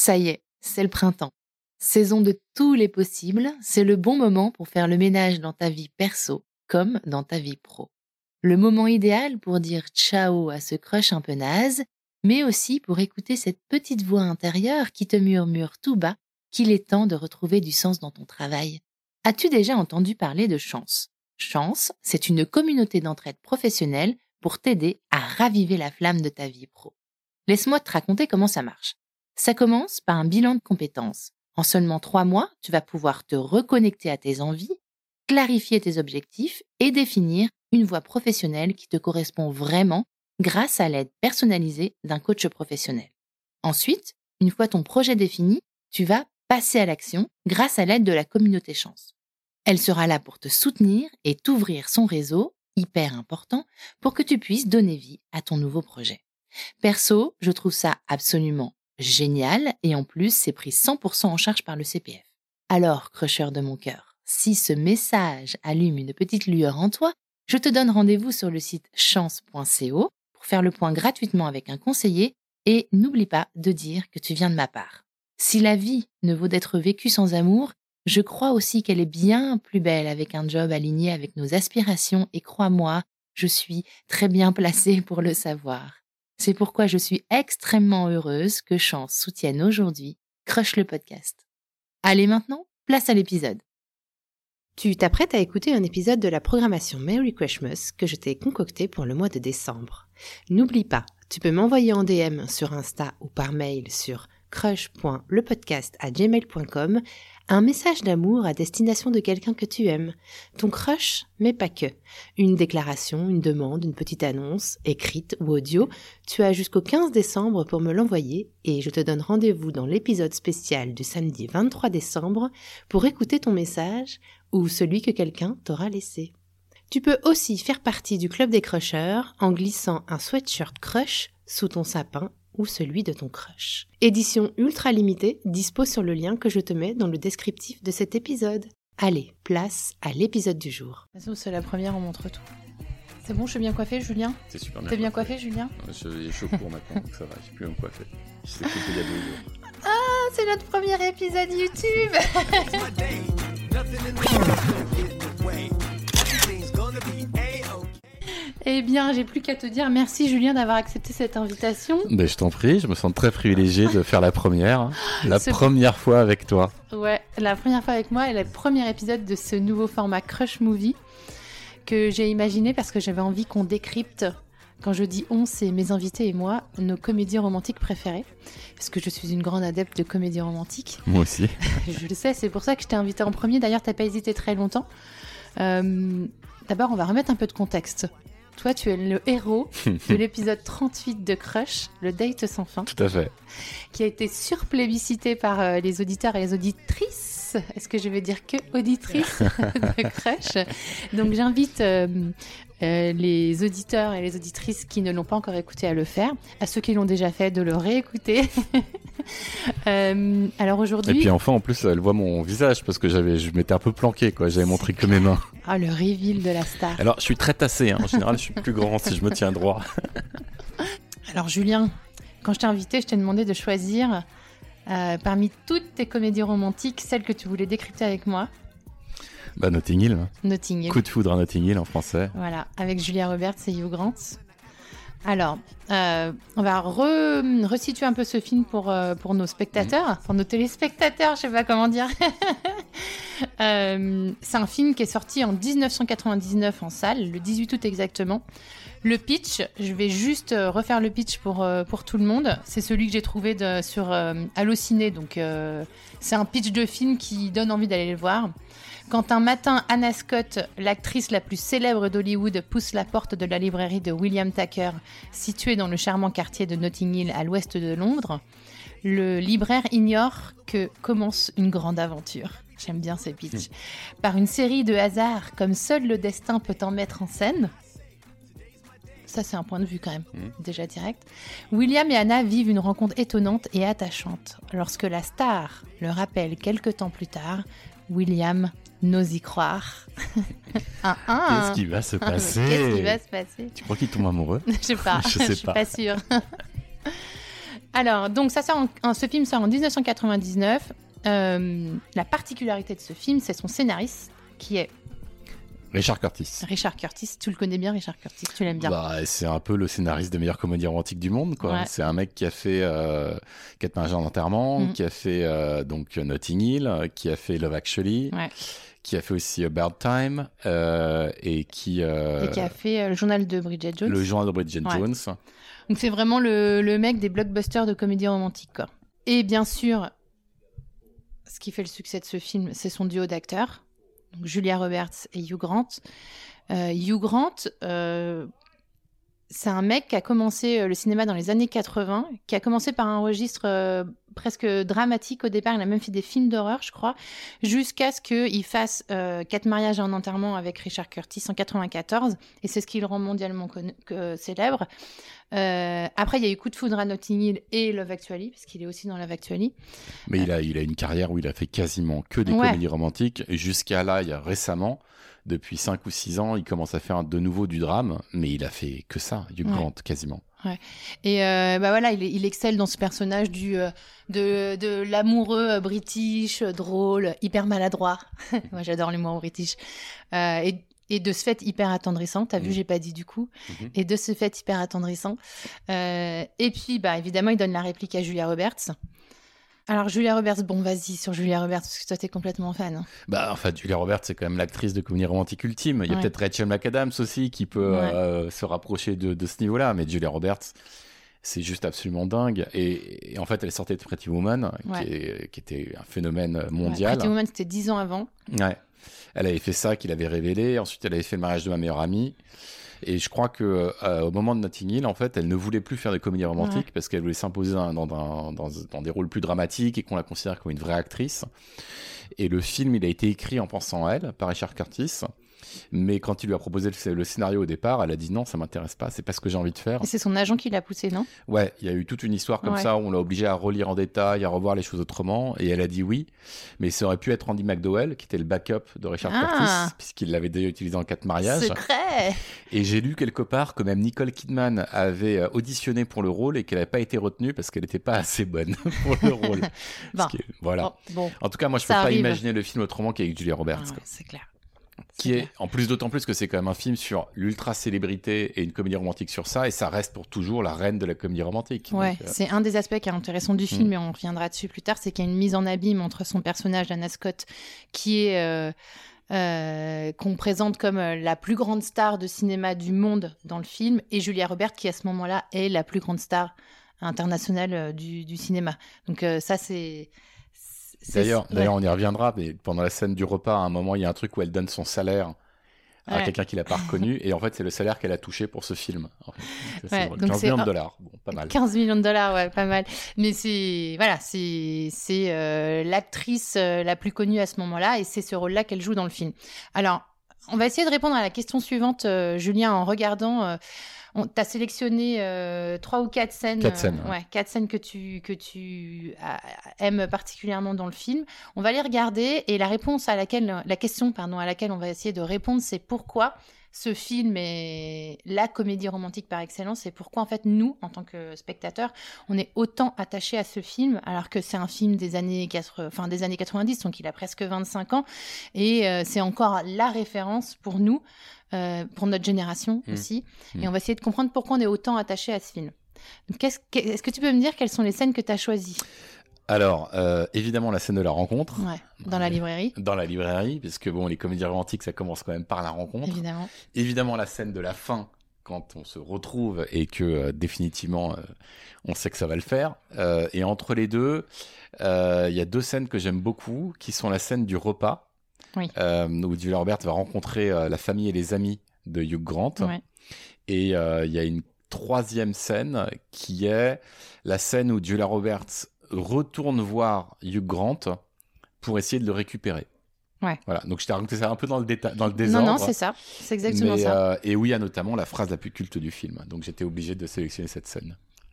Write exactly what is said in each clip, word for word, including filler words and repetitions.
Ça y est, c'est le printemps. Saison de tous les possibles, c'est le bon moment pour faire le ménage dans ta vie perso comme dans ta vie pro. Le moment idéal pour dire ciao à ce crush un peu naze, mais aussi pour écouter cette petite voix intérieure qui te murmure tout bas qu'il est temps de retrouver du sens dans ton travail. As-tu déjà entendu parler de Chance ? Chance, c'est une communauté d'entraide professionnelle pour t'aider à raviver la flamme de ta vie pro. Laisse-moi te raconter comment ça marche. Ça commence par un bilan de compétences. En seulement trois mois, tu vas pouvoir te reconnecter à tes envies, clarifier tes objectifs et définir une voie professionnelle qui te correspond vraiment grâce à l'aide personnalisée d'un coach professionnel. Ensuite, une fois ton projet défini, tu vas passer à l'action grâce à l'aide de la communauté Chance. Elle sera là pour te soutenir et t'ouvrir son réseau, hyper important, pour que tu puisses donner vie à ton nouveau projet. Perso, je trouve ça absolument génial et en plus, c'est pris cent pour cent en charge par le C P F. Alors, crusher de mon cœur, si ce message allume une petite lueur en toi, je te donne rendez-vous sur le site chance point co pour faire le point gratuitement avec un conseiller et n'oublie pas de dire que tu viens de ma part. Si la vie ne vaut d'être vécue sans amour, je crois aussi qu'elle est bien plus belle avec un job aligné avec nos aspirations et crois-moi, je suis très bien placée pour le savoir. C'est pourquoi je suis extrêmement heureuse que Chance soutienne aujourd'hui Crush le podcast. Allez maintenant, place à l'épisode. Tu t'apprêtes à écouter un épisode de la programmation Merry Christmas que je t'ai concocté pour le mois de décembre. N'oublie pas, tu peux m'envoyer en D M sur Insta ou par mail sur crush point le podcast arobase gmail point com un message d'amour à destination de quelqu'un que tu aimes. Ton crush, mais pas que. Une déclaration, une demande, une petite annonce, écrite ou audio. Tu as jusqu'au quinze décembre pour me l'envoyer et je te donne rendez-vous dans l'épisode spécial du samedi vingt-trois décembre pour écouter ton message ou celui que quelqu'un t'aura laissé. Tu peux aussi faire partie du club des crushers en glissant un sweatshirt crush sous ton sapin ou celui de ton crush. Édition ultra limitée, dispo sur le lien que je te mets dans le descriptif de cet épisode. Allez, place à l'épisode du jour. C'est la première, on montre tout. C'est bon, je suis bien coiffée, Julien ? C'est super bien. T'es bien coiffé, Julien ? Je suis chaud pour maintenant, donc ça va, j'ai plus à me coiffer. Je sais que c'était il y a deux jours. Ah, c'est notre premier épisode YouTube. Eh bien, j'ai plus qu'à te dire merci Julien d'avoir accepté cette invitation. Ben, je t'en prie, je me sens très privilégié de faire la première. Hein. La Ce... première fois avec toi. Ouais, la première fois avec moi et le premier épisode de ce nouveau format Crush Movie que j'ai imaginé parce que j'avais envie qu'on décrypte, quand je dis on, c'est mes invités et moi, nos comédies romantiques préférées. Parce que je suis une grande adepte de comédies romantiques. Moi aussi. Je le sais, c'est pour ça que je t'ai invité en premier. D'ailleurs, t'as pas hésité très longtemps. Euh, d'abord, on va remettre un peu de contexte. Toi, tu es le héros de l'épisode trente-huit de Crush, le date sans fin. Tout à fait. Qui a été surplébiscité par euh, les auditeurs et les auditrices. Est-ce que je vais dire que auditrices de Crush ? Donc, j'invite euh, euh, les auditeurs et les auditrices qui ne l'ont pas encore écouté à le faire. À ceux qui l'ont déjà fait, de le réécouter. euh, alors aujourd'hui... Et puis enfin, en plus, elle voit mon visage parce que j'avais, je m'étais un peu planqué, quoi. J'avais montré que mes mains. Ah, le reveal de la star. Alors, je suis très tassé. Hein. En général, je suis plus grand si je me tiens droit. Alors, Julien, quand je t'ai invité, je t'ai demandé de choisir euh, parmi toutes tes comédies romantiques, celle que tu voulais décrypter avec moi. Bah, Notting Hill. Notting Hill. Coup de foudre à Notting Hill en français. Voilà, avec Julia Roberts et Hugh Grant. Alors, euh, on va re, resituer un peu ce film pour, euh, pour nos spectateurs, mmh. pour nos téléspectateurs, je sais pas comment dire. euh, c'est un film qui est sorti en dix-neuf cent quatre-vingt-dix-neuf en salle, le dix-huit août exactement. Le pitch, je vais juste refaire le pitch pour, euh, pour tout le monde. C'est celui que j'ai trouvé de, sur euh, Allociné, donc euh, c'est un pitch de film qui donne envie d'aller le voir. Quand un matin, Anna Scott, l'actrice la plus célèbre d'Hollywood, pousse la porte de la librairie de William Tucker, située dans le charmant quartier de Notting Hill à l'ouest de Londres, le libraire ignore que commence une grande aventure. J'aime bien ces pitchs. Par une série de hasards, comme seul le destin peut en mettre en scène. Ça, c'est un point de vue quand même, mmh. déjà direct. William et Anna vivent une rencontre étonnante et attachante. Lorsque la star le rappelle quelque temps plus tard, William n'ose y croire. un, un. Qu'est-ce qui va se passer ? Qu'est-ce qui va se passer ? Tu crois qu'il tombe amoureux ? Je sais pas, je, je sais suis pas. pas sûre. Alors, donc ça sort en- ce film sort en dix-neuf cent quatre-vingt-dix-neuf. Euh, la particularité de ce film, c'est son scénariste, qui est Richard Curtis. Richard Curtis. Tu le connais bien, Richard Curtis, tu l'aimes bien. Bah, c'est un peu le scénariste des meilleures comédies romantiques du monde, quoi. Ouais. C'est un mec qui a fait euh, Quatre mariages en enterrement, Mm. qui a fait euh, donc Notting Hill, euh, qui a fait Love Actually, Ouais. qui a fait aussi About Time, euh, et qui euh, Et qui a fait euh, le journal de Bridget Jones. le journal de Bridget Ouais. Jones. Donc c'est vraiment le, le mec des blockbusters de comédie romantique, quoi. Et bien sûr, ce qui fait le succès de ce film, c'est son duo d'acteurs, donc Julia Roberts et Hugh Grant. Euh, Hugh Grant, euh, c'est un mec qui a commencé euh, le cinéma dans les années quatre-vingts, qui a commencé par un registre euh, presque dramatique au départ. Il a même fait des films d'horreur, je crois, jusqu'à ce qu'il fasse euh, Quatre mariages et un enterrement avec Richard Curtis en quatre-vingt-quatorze. Et c'est ce qui le rend mondialement connu- que- célèbre. Euh, après, il y a eu Coup de foudre à Notting Hill et Love Actually, parce qu'il est aussi dans Love Actually. Mais il a, il a une carrière où il a fait quasiment que des Ouais. comédies romantiques. Et jusqu'à là, il y a récemment, depuis cinq ou six ans, il commence à faire de nouveau du drame. Mais il a fait que ça, Hugh Ouais. Grant, quasiment. Et euh, bah voilà, il, il excelle dans ce personnage du euh, de, de l'amoureux euh, british, euh, drôle, hyper maladroit. Moi, j'adore l'humour british. Euh, et, et de ce fait, hyper attendrissant. T'as vu, Mhm. j'ai pas dit du coup. Mhm. Et de ce fait, hyper attendrissant. Euh, et puis, bah évidemment, il donne la réplique à Julia Roberts. Alors, Julia Roberts, bon, vas-y sur Julia Roberts, parce que toi, t'es complètement fan. hein. Bah, en fait, Julia Roberts, c'est quand même l'actrice de comédie romantique ultime. Il y a Ouais. peut-être Rachel McAdams aussi qui peut Ouais. euh, se rapprocher de, de ce niveau-là. Mais Julia Roberts, c'est juste absolument dingue. Et, et en fait, elle sortait de Pretty Woman, Ouais. qui, est- qui était un phénomène Ouais, mondial. Pretty Woman, c'était dix ans avant. Ouais. Elle avait fait ça, qu'il avait révélé. Ensuite, elle avait fait le mariage de ma meilleure amie. Et je crois que euh, au moment de Notting Hill, en fait, elle ne voulait plus faire de comédie romantique Ouais. parce qu'elle voulait s'imposer dans, dans, dans, dans, dans des rôles plus dramatiques et qu'on la considère comme une vraie actrice. Et le film, il a été écrit en pensant à elle par Richard Curtis. Mais quand il lui a proposé le, le scénario au départ, elle a dit non, ça m'intéresse pas, c'est pas ce que j'ai envie de faire. Et c'est son agent qui l'a poussé, non? Ouais, il y a eu toute une histoire comme Ouais. ça où on l'a obligée à relire en détail, à revoir les choses autrement, et elle a dit oui. Mais ça aurait pu être Andy McDowell, qui était le backup de Richard Ah. Curtis, puisqu'il l'avait déjà utilisé dans Quatre mariages. Secret. Et j'ai lu quelque part que même Nicole Kidman avait euh, auditionné pour le rôle et qu'elle n'avait pas été retenue parce qu'elle n'était pas assez bonne pour le rôle. Bon. Ce qui est- Voilà. Oh, bon, En tout cas, moi, je Ça peux pas arrive. imaginer le film autrement qu'avec Julia Roberts. Ah ouais, quoi. c'est clair. Qui est, en plus, d'autant plus que c'est quand même un film sur l'ultra célébrité et une comédie romantique sur ça, et ça reste pour toujours la reine de la comédie romantique. Ouais, Donc, euh, c'est un des aspects qui est intéressant du film, Mm. et on reviendra dessus plus tard, c'est qu'il y a une mise en abîme entre son personnage, Anna Scott, qui est euh, euh, qu'on présente comme euh, la plus grande star de cinéma du monde dans le film, et Julia Roberts, qui à ce moment-là est la plus grande star internationale euh, du, du cinéma. Donc euh, ça, c'est... c'est- D'ailleurs, ouais. d'ailleurs, on y reviendra, mais pendant la scène du repas, à un moment, il y a un truc où elle donne son salaire à Ouais. quelqu'un qui l'a pas reconnu, et en fait, c'est le salaire qu'elle a touché pour ce film. En fait. Donc, Ouais, c'est drôle. donc quinze c'est millions de un- dollars, bon, pas mal. quinze millions de dollars, ouais, pas mal. Mais c'est voilà, c'est c'est euh, l'actrice euh, la plus connue à ce moment-là, et c'est ce rôle-là qu'elle joue dans le film. Alors, on va essayer de répondre à la question suivante, euh, Julien, en regardant. Euh, on t'as sélectionné euh, trois ou quatre scènes. Quatre scènes, euh, ouais. ouais, quatre scènes que tu que tu ah, aimes particulièrement dans le film. On va les regarder, et la réponse à laquelle, la question pardon à laquelle on va essayer de répondre, c'est pourquoi ce film est la comédie romantique par excellence, et pourquoi en fait nous, en tant que spectateurs, on est autant attachés à ce film, alors que c'est un film des années quatre-vingts, enfin des années quatre-vingt-dix, donc il a presque vingt-cinq ans, et euh, c'est encore la référence pour nous, euh, pour notre génération Mmh. aussi, Mmh. et on va essayer de comprendre pourquoi on est autant attachés à ce film. Donc, qu'est-ce que- est-ce que tu peux me dire quelles sont les scènes que tu as choisies? Alors, euh, évidemment, la scène de la rencontre. Ouais, dans la librairie, Dans la librairie, puisque bon, les comédies romantiques, ça commence quand même par la rencontre. évidemment. Évidemment, la scène de la fin, quand on se retrouve et que euh, définitivement, euh, on sait que ça va le faire. Euh, et entre les deux, euh, il y a deux scènes que j'aime beaucoup, qui sont la scène du repas, Oui. euh, où Julia Roberts va rencontrer euh, la famille et les amis de Hugh Grant. Ouais. Et euh, il y a une troisième scène qui est la scène où Julia Roberts retourne voir Hugh Grant pour essayer de le récupérer. Ouais. Voilà. Donc je t'ai raconté ça un peu dans le, déta- dans le Non, désordre. non, c'est ça. C'est exactement Mais, ça. euh, et où il y a notamment la phrase la plus culte du film. Donc j'étais obligé de sélectionner cette scène.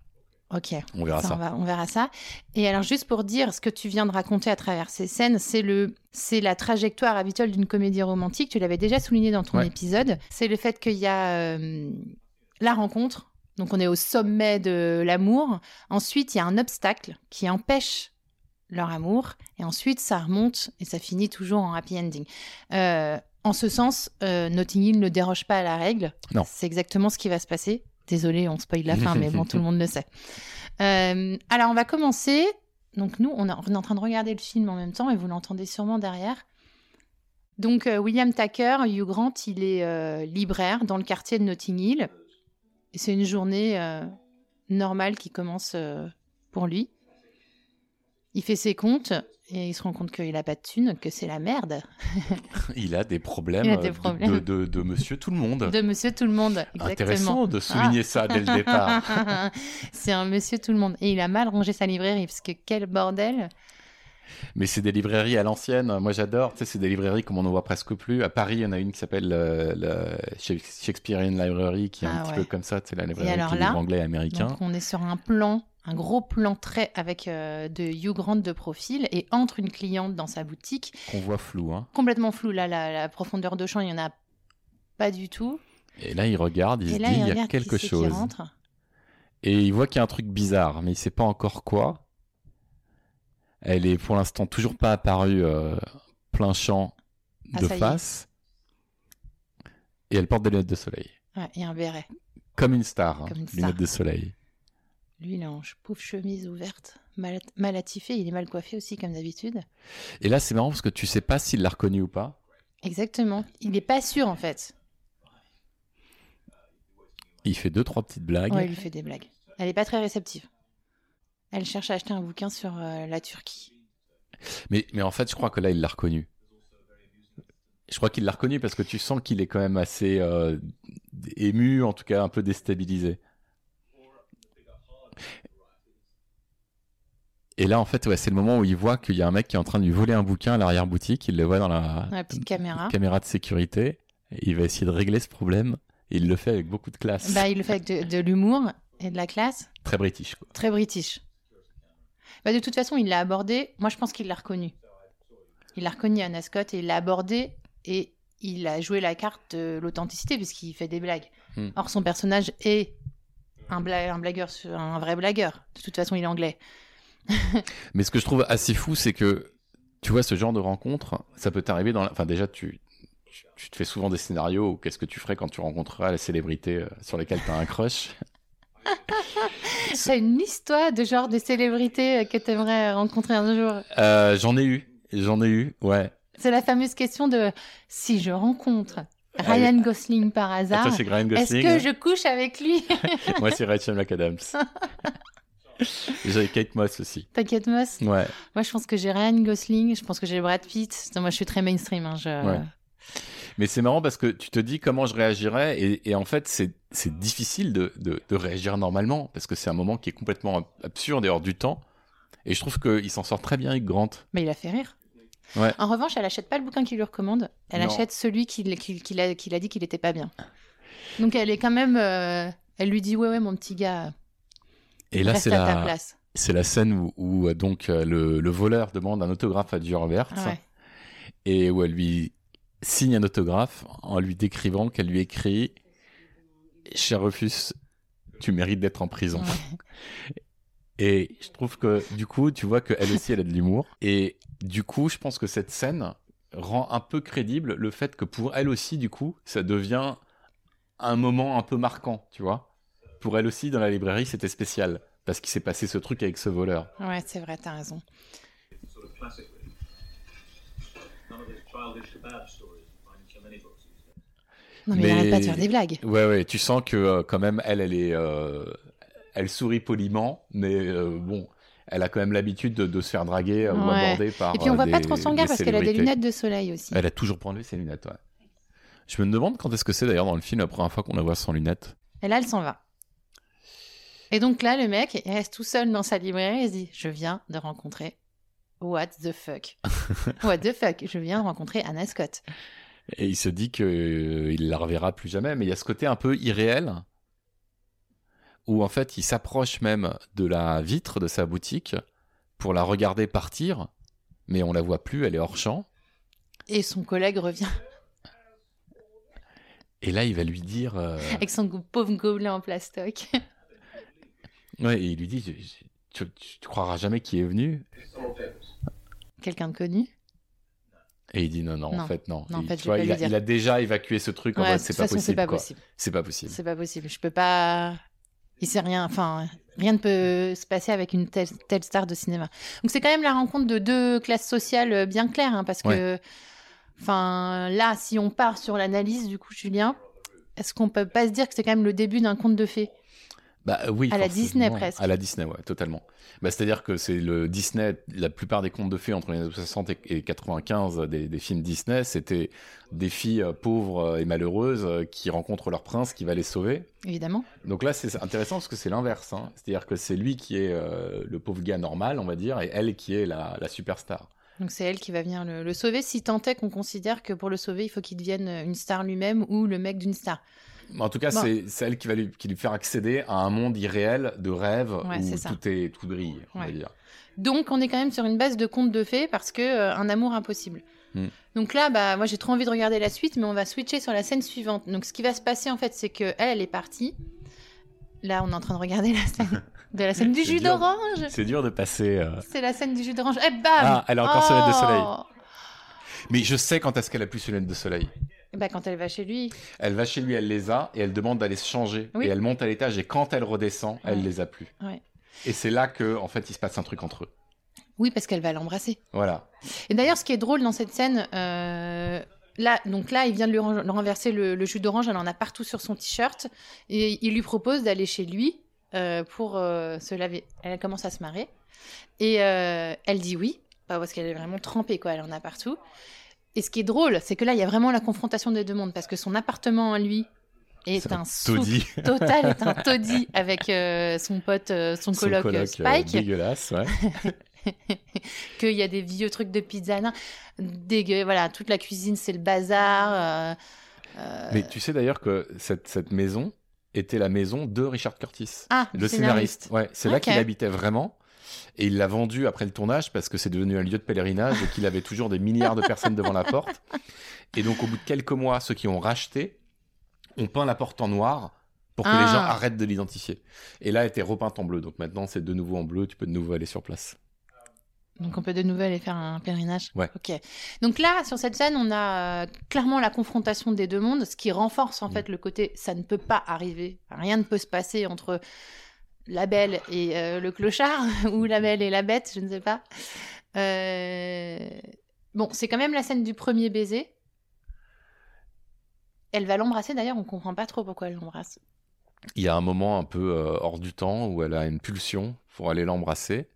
Ok. On verra Ça, ça. On, va- on verra ça. Et alors, juste pour dire ce que tu viens de raconter à travers ces scènes, c'est le, c'est la trajectoire habituelle d'une comédie romantique. Tu l'avais déjà souligné dans ton Ouais. épisode. C'est le fait qu'il y a euh, la rencontre, Donc on est au sommet de l'amour. Ensuite, il y a un obstacle qui empêche leur amour. Et ensuite, ça remonte et ça finit toujours en happy ending. Euh, en ce sens, euh, Notting Hill ne déroge pas à la règle. Non. C'est exactement ce qui va se passer. Désolée, on spoil la fin, mais bon, tout le monde le sait. Euh, alors, on va commencer. Donc nous, on, a, on est en train de regarder le film en même temps et vous l'entendez sûrement derrière. Donc euh, William Tucker, Hugh Grant, il est euh, libraire dans le quartier de Notting Hill. Et c'est une journée euh, normale qui commence euh, pour lui. Il fait ses comptes et il se rend compte qu'il n'a pas de thunes, que c'est la merde. Il a des problèmes, Il a des de- problèmes. De, de, de monsieur tout le monde. De monsieur tout le monde, exactement. Intéressant de souligner Ah. ça dès le départ. C'est un monsieur tout le monde. Et il a mal rangé sa librairie, parce que quel bordel. Mais c'est des librairies à l'ancienne. Moi, j'adore. Tu sais, c'est des librairies comme on n'en voit presque plus. À Paris, il y en a une qui s'appelle euh, la Shakespearean Library, qui est un Ah petit ouais. peu comme ça. C'est la librairie alors qui est là, livre anglais et américain. Donc on est sur un plan, un gros plan trait avec euh, de Hugh Grant de profil et entre une cliente dans sa boutique, Qu'on voit flou. Hein. complètement flou. Là, la, la profondeur de champ, il n'y en a pas du tout. Et là, il regarde, il et se là, dit, il il y a regarde quelque qui c'est qui chose. rentre. Et il voit qu'il y a un truc bizarre, mais il sait pas encore quoi. Elle est pour l'instant toujours pas apparue euh, plein champ Ah, de ça y est. face. Et elle porte des lunettes de soleil. Ouais, et un béret. Comme une star, hein, Comme une star. lunettes de soleil. Lui, il est en pauvre chemise ouverte, mal, mal attifé. Il est mal coiffé aussi, comme d'habitude. Et là, c'est marrant parce que tu sais pas s'il l'a reconnu ou pas. Exactement. Il n'est pas sûr, en fait. Il fait deux, trois petites blagues. Ouais, il lui fait des blagues. Elle n'est pas très réceptive. Elle cherche à acheter un bouquin sur euh, la Turquie. Mais, mais en fait, je crois que là, il l'a reconnu. Je crois qu'il l'a reconnu parce que tu sens qu'il est quand même assez euh, ému, en tout cas un peu déstabilisé. Et là, en fait, ouais, c'est le moment où il voit qu'il y a un mec qui est en train de lui voler un bouquin à l'arrière-boutique. Il le voit dans la, La petite caméra. caméra de sécurité. Et il va essayer de régler ce problème. Et il le fait avec beaucoup de classe. Bah, il le fait avec de, de l'humour et de la classe. Très british, quoi. Très british. Bah, de toute façon, il l'a abordé. Moi, je pense qu'il l'a reconnu. Il l'a reconnu à Ascot et il l'a abordé. Et il a joué la carte de l'authenticité puisqu'il fait des blagues. Hmm. Or, son personnage est un, bla- un blagueur, sur- un vrai blagueur. De toute façon, il est anglais. Mais ce que je trouve assez fou, c'est que, tu vois, ce genre de rencontre, ça peut t'arriver dans... La... Enfin, déjà, tu, tu, tu te fais souvent des scénarios où qu'est-ce que tu ferais quand tu rencontreras la célébrité euh, sur laquelle tu as un crush. C'est une histoire de genre de célébrité que tu aimerais rencontrer un jour. Euh, j'en ai eu. J'en ai eu, ouais. C'est la fameuse question de si je rencontre Ryan Gosling par hasard, Toi, c'est Ryan est-ce Gosling. que hein. je couche avec lui? Moi, c'est Rachel McAdams. J'ai Kate Moss aussi. T'inquiète, Moss. Ouais. Moi, je pense que j'ai Ryan Gosling, je pense que j'ai Brad Pitt. Non, moi, je suis très mainstream. Hein, je... Ouais. Mais c'est marrant parce que tu te dis comment je réagirais et, et en fait, c'est, c'est difficile de, de, de réagir normalement parce que c'est un moment qui est complètement absurde et hors du temps. Et je trouve qu'il s'en sort très bien avec Grant. Mais il a fait rire. Ouais. En revanche, elle achète pas le bouquin qu'il lui recommande. Elle Non. achète celui qu'il qu'il- qu'il a, qu'il a dit qu'il était pas bien. Donc, elle est quand même. euh, Elle lui dit ouais, ouais, mon petit gars, Et là, reste c'est à ta la, place. c'est la scène où, où, euh, donc euh, le, le voleur demande un autographe à Ginger Robert Ah ouais. et où elle lui signe un autographe en lui décrivant qu'elle lui écrit « Cher Rufus, tu mérites d'être en prison ». Ouais. Et je trouve que du coup, tu vois qu'elle aussi, elle a de l'humour. Et du coup, je pense que cette scène rend un peu crédible le fait que pour elle aussi, du coup, ça devient un moment un peu marquant, tu vois. Pour elle aussi, dans la librairie, c'était spécial. Parce qu'il s'est passé ce truc avec ce voleur. Ouais, c'est vrai, t'as raison. sort of classic, really. None of those childish kebab stories you find in so many books these days. Non, mais, Mais- il arrête pas de faire des blagues. Ouais, ouais, tu sens que euh, quand même, elle, elle est... euh, elle sourit poliment, mais euh, bon... Elle a quand même l'habitude de, de se faire draguer euh, ou Ouais. aborder par Et puis, on euh, voit des, pas trop son des regard parce qu'elle a des célébrités. lunettes de soleil aussi. Elle a toujours pas enlevé ses lunettes, ouais. Je me demande quand est-ce que c'est d'ailleurs dans le film la première fois qu'on la voit sans lunettes. Et là, elle s'en va. Et donc là, le mec, il reste tout seul dans sa librairie et il se dit, je viens de rencontrer what the fuck. What the fuck, je viens de rencontrer Anna Scott. Et il se dit qu'il la reverra plus jamais, mais il y a ce côté un peu irréel où en fait il s'approche même de la vitre de sa boutique pour la regarder partir, mais on la voit plus, elle est hors champ. Et son collègue revient. Et là, il va lui dire... euh, Avec son go- pauvre gobelet en plastoc. Ouais, et il lui dit, je- je- tu, tu, tu croiras jamais qui est venu. Quelqu'un de connu. Et il dit non, non, Non. en fait, non. Non, en Il- fait, tu je vais vois, pas il, lui a, dire. il a déjà évacué ce truc en Ouais, mode de c'est toute pas façon, possible. c'est pas quoi. possible. C'est pas possible. C'est pas possible. Je peux pas. Il sait rien. Enfin, rien ne peut se passer avec une telle, telle star de cinéma. Donc c'est quand même la rencontre de deux classes sociales bien claires, hein, parce que, enfin, là, si on part sur l'analyse, du coup, Julien, est-ce qu'on peut pas se dire que c'est quand même le début d'un conte de fées? Bah oui, À la forcément. Disney, presque. À la Disney, ouais, totalement. Bah, c'est-à-dire que c'est le Disney, la plupart des contes de fées entre les années soixante et, et quatre-vingt-quinze des, des films Disney, c'était des filles euh, pauvres et malheureuses euh, qui rencontrent leur prince qui va les sauver. Évidemment. Donc là, c'est intéressant parce que c'est l'inverse. Hein. C'est-à-dire que c'est lui qui est euh, le pauvre gars normal, on va dire, et elle qui est la, la superstar. Donc c'est elle qui va venir le, le sauver, si tant est qu'on considère que pour le sauver, il faut qu'il devienne une star lui-même ou le mec d'une star. En tout cas, Bon. c'est c'est elle qui va lui, qui lui faire accéder à un monde irréel de rêve Ouais, où c'est ça. tout est tout brille, on Ouais. va dire. Donc on est quand même sur une base de conte de fées parce que euh, un amour impossible. Mm. Donc là, bah moi j'ai trop envie de regarder la suite, mais on va switcher sur la scène suivante. Donc ce qui va se passer en fait, c'est que elle, elle est partie. Là, on est en train de regarder la scène de la scène du C'est jus dur. d'orange. C'est dur de passer. euh, C'est la scène du jus d'orange. Eh bam. Ah, elle a encore sa lunette de soleil. Oh. Mais je sais quand est-ce qu'elle a plus ses lunettes de soleil. Eh bah quand elle va chez lui. Elle va chez lui, elle les a et elle demande d'aller se changer. Oui. Et elle monte à l'étage et quand elle redescend, elle Ouais. les a plus. Ouais. Et c'est là que, en fait, il se passe un truc entre eux. Oui, parce qu'elle va l'embrasser. Voilà. Et d'ailleurs, ce qui est drôle dans cette scène, euh, là, donc là, il vient de lui ren- renverser le, le jus d'orange, elle en a partout sur son t-shirt, et il lui propose d'aller chez lui euh, pour euh, se laver. Elle commence à se marrer, et euh, elle dit oui, pas parce qu'elle est vraiment trempée, quoi, elle en a partout. Et ce qui est drôle, c'est que là, il y a vraiment la confrontation des deux mondes, parce que son appartement à lui est C'est un souk taudis. total, est un taudis avec euh, son pote, euh, son Son coloc, coloc, euh, euh, Spike. dégueulasse, ouais. Qu'il y a des vieux trucs de pizza, nan, dégueu, voilà, toute la cuisine c'est le bazar. euh, euh, Mais tu sais d'ailleurs que cette, cette maison était la maison de Richard Curtis, Ah, le scénariste. Ouais, c'est là Ok. qu'il habitait vraiment. Et il l'a vendu après le tournage parce que c'est devenu un lieu de pèlerinage et qu'il avait toujours des milliards de personnes devant la porte. Et donc, au bout de quelques mois, ceux qui ont racheté ont peint la porte en noir pour que Ah. les gens arrêtent de l'identifier. Et là, elle était repeinte en bleu. Donc maintenant, c'est de nouveau en bleu. Tu peux de nouveau aller sur place. Donc on peut de nouveau aller faire un pèlerinage. Ouais. Ok. Donc là, sur cette scène, on a euh, clairement la confrontation des deux mondes, ce qui renforce en Mm. fait le côté ça ne peut pas arriver, rien ne peut se passer entre la belle et euh, le clochard ou la belle et la bête, je ne sais pas. Euh, Bon, c'est quand même la scène du premier baiser. Elle va l'embrasser d'ailleurs, on comprend pas trop pourquoi elle l'embrasse. Il y a un moment un peu euh, hors du temps où elle a une pulsion pour aller l'embrasser.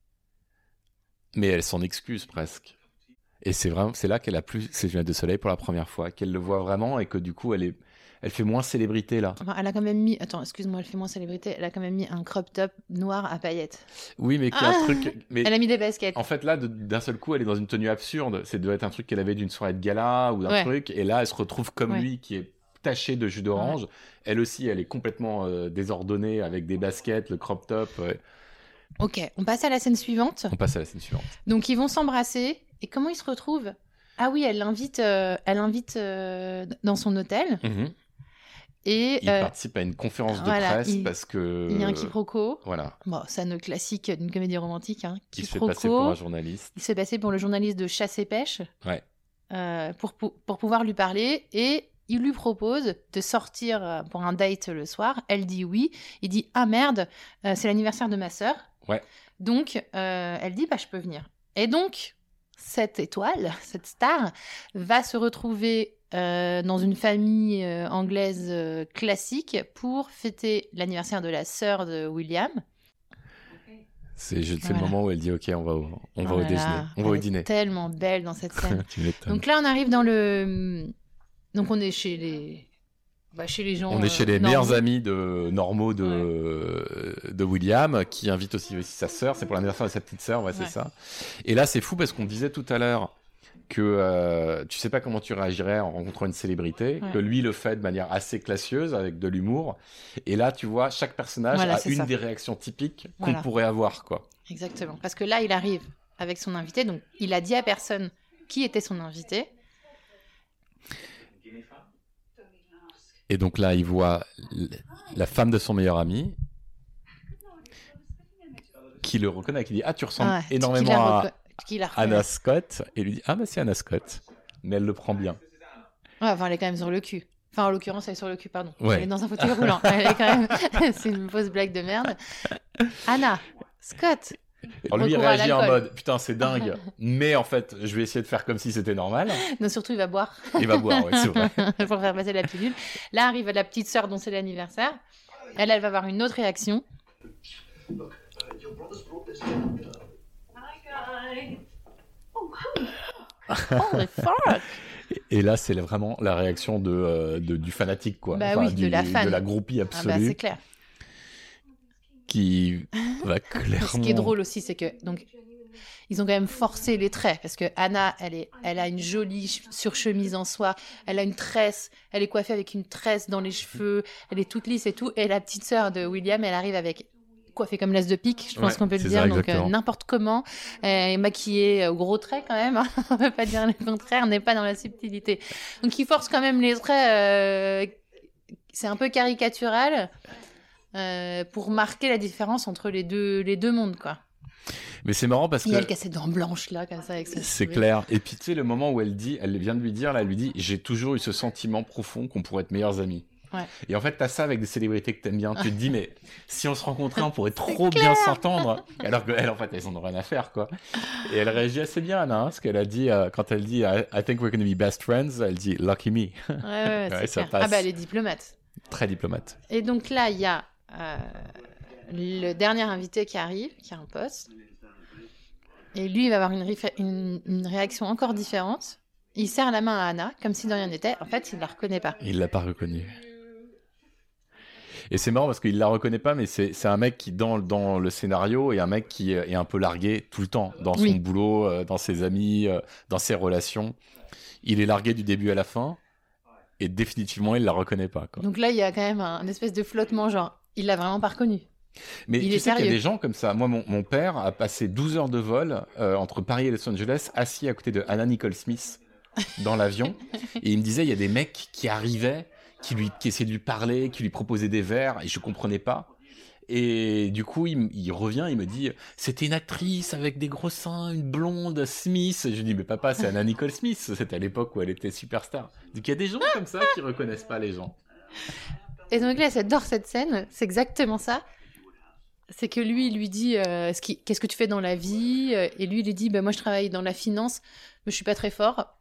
Mais elle s'en excuse presque. Et c'est vraiment, c'est là qu'elle a plus ses lunettes de soleil pour la première fois, qu'elle le voit vraiment et que du coup, elle est, elle fait moins célébrité là. Enfin, elle a quand même mis, attends, excuse-moi, elle fait moins célébrité, elle a quand même mis un crop top noir à paillettes. Oui, mais qu'il y a Ah. un truc. Mais Elle a mis des baskets. en fait, là, de- d'un seul coup, elle est dans une tenue absurde. C'est doit être un truc qu'elle avait d'une soirée de gala ou d'un Ouais. truc. Et là, elle se retrouve comme Ouais. lui, qui est taché de jus d'orange. Elle aussi, elle est complètement euh, désordonnée avec des baskets, le crop top. ouais. Ok, on passe à la scène suivante. On passe à la scène suivante. Donc ils vont s'embrasser. Et comment ils se retrouvent? Ah oui, elle l'invite, euh, elle l'invite euh, dans son hôtel. Et Il euh, participe à une conférence de voilà, presse il- parce que. il y a un quiproquo. Voilà. Bon, c'est un classique d'une comédie romantique. Hein. Il se fait Quiproquo. passer pour un journaliste. Il se fait passer pour le journaliste de Chasse et Pêche. Ouais. euh, pour, pour, pour pouvoir lui parler. Et il lui propose de sortir euh, pour un date le soir. Elle dit oui. Il dit ah merde, euh, c'est l'anniversaire de ma sœur. Ouais. Donc euh, elle dit bah je peux venir. Et donc cette étoile, cette star, va se retrouver euh, dans une famille euh, anglaise euh, classique pour fêter l'anniversaire de la sœur de William. C'est je- c'est Voilà. le moment où elle dit ok, on va au, on va Oh au là déjeuner. là, On va elle au est dîner. tellement belle dans cette scène. Tu m'étonnes. Donc là, on arrive dans le. Donc on est chez les. Bah, chez les gens. On est chez les euh, meilleurs normaux. amis de normaux de, de William, qui invite aussi, aussi sa sœur. C'est pour l'anniversaire de sa petite sœur, ouais, c'est Ouais. ça. Et là, c'est fou parce qu'on disait tout à l'heure que euh, tu sais pas comment tu réagirais en rencontrant une célébrité, Ouais. que lui le fait de manière assez classieuse, avec de l'humour. Et là, tu vois, chaque personnage Voilà, a c'est une ça. des réactions typiques qu'on Voilà. pourrait avoir, quoi. Exactement. Parce que là, il arrive avec son invité. Donc il a dit à personne qui était son invité. Et donc là, il voit la femme de son meilleur ami qui le reconnaît, qui dit « Ah, tu ressembles Ouais, énormément qui la à reco- qui la reconnaît. Anna Scott ». Et il lui dit « Ah, bah c'est Anna Scott ». Mais elle le prend bien. Ouais, enfin, elle est quand même sur le cul. Enfin, en l'occurrence, elle est sur le cul, pardon. Ouais. Elle est dans un fauteuil roulant. Elle est quand même... C'est une fausse blague de merde. Anna Scott. Alors lui, il Recours à réagit en l'alcool. mode « Putain, c'est dingue ». Mais en fait, je vais essayer de faire comme si c'était normal. Non, surtout, il va boire Il va boire, ouais, c'est vrai. pour faire passer la pilule. Là arrive la petite sœur dont c'est l'anniversaire. Elle, elle va avoir une autre réaction. Holy fuck! Et là, c'est vraiment la réaction de, euh, de- du fanatique, quoi. Bah oui, de du- la fan. De la groupie Ah bah, absolue c'est clair. qui va clairement... Ce qui est drôle aussi, c'est que donc ils ont quand même forcé les traits parce que Anna, elle est, elle a une jolie ch- surchemise en soie, elle a une tresse, elle est coiffée avec une tresse dans les cheveux, elle est toute lisse et tout. Et la petite sœur de William, elle arrive avec coiffée comme l'as de pique, je pense Ouais, qu'on peut le c'est dire, ça, donc euh, exactement. n'importe comment, euh, maquillée au gros traits quand même. Hein. On peut pas dire le contraire, on n'est pas dans la subtilité. Donc ils forcent quand même les traits. euh, C'est un peu caricatural. euh, pour marquer la différence entre les deux, les deux mondes, quoi. Mais c'est marrant parce Et que... elle qui a ses dents blanches, là, comme ça, avec ses C'est cheveux. clair. Et puis tu sais, le moment où elle dit, elle vient de lui dire, là, elle lui dit, j'ai toujours eu ce sentiment profond qu'on pourrait être meilleurs amis. Ouais. Et en fait, t'as ça avec des célébrités que t'aimes bien. Tu te dis, mais si on se rencontrait, on pourrait trop bien s'entendre. Alors qu'elle, en fait, elles en ont rien à faire, quoi. Et elle réagit assez bien, Anna, hein, ce qu'elle a dit euh, quand elle dit, I, I think we're going to be best friends. Elle dit, lucky me. Ouais, ouais, c'est Ouais, ça clair. passe. Ah bah, elle est diplomate. Très diplomate. Et donc là, il y a euh, le dernier invité qui arrive, qui a un poste. Et lui, il va avoir une, rif- une, une réaction encore différente. Il serre la main à Anna, comme si de rien n'était. En fait, il ne la reconnaît pas. Il l'a pas reconnu. Et c'est marrant parce qu'il la reconnaît pas, mais c'est c'est un mec qui, dans, dans le scénario, est un mec qui est un peu largué tout le temps, dans son Oui. boulot, euh, dans ses amis, euh, dans ses relations. Il est largué du début à la fin, et définitivement, il la reconnaît pas, quoi. Donc là, il y a quand même un, un espèce de flottement, genre, il l'a vraiment pas reconnu. Mais il tu est sais qu'il y a sérieux. des gens comme ça. Moi, mon, mon père a passé douze heures de vol euh, entre Paris et Los Angeles, assis à côté de Anna Nicole Smith dans l'avion. Et il me disait, il y a des mecs qui arrivaient, qui, lui, qui essayaient de lui parler, qui lui proposaient des verres, et je comprenais pas. Et du coup, il, m- il revient, il me dit, c'était une actrice avec des gros seins, une blonde, Smith. Et je lui dis, mais papa, c'est Anna Nicole Smith. C'était à l'époque où elle était superstar. Donc il y a des gens comme ça qui reconnaissent pas les gens. Et donc là, j'adore cette scène, c'est exactement ça. C'est que lui, il lui dit euh, ce qui- qu'est-ce que tu fais dans la vie euh, et lui, il lui dit bah, moi, je travaille dans la finance, mais je suis pas très fort.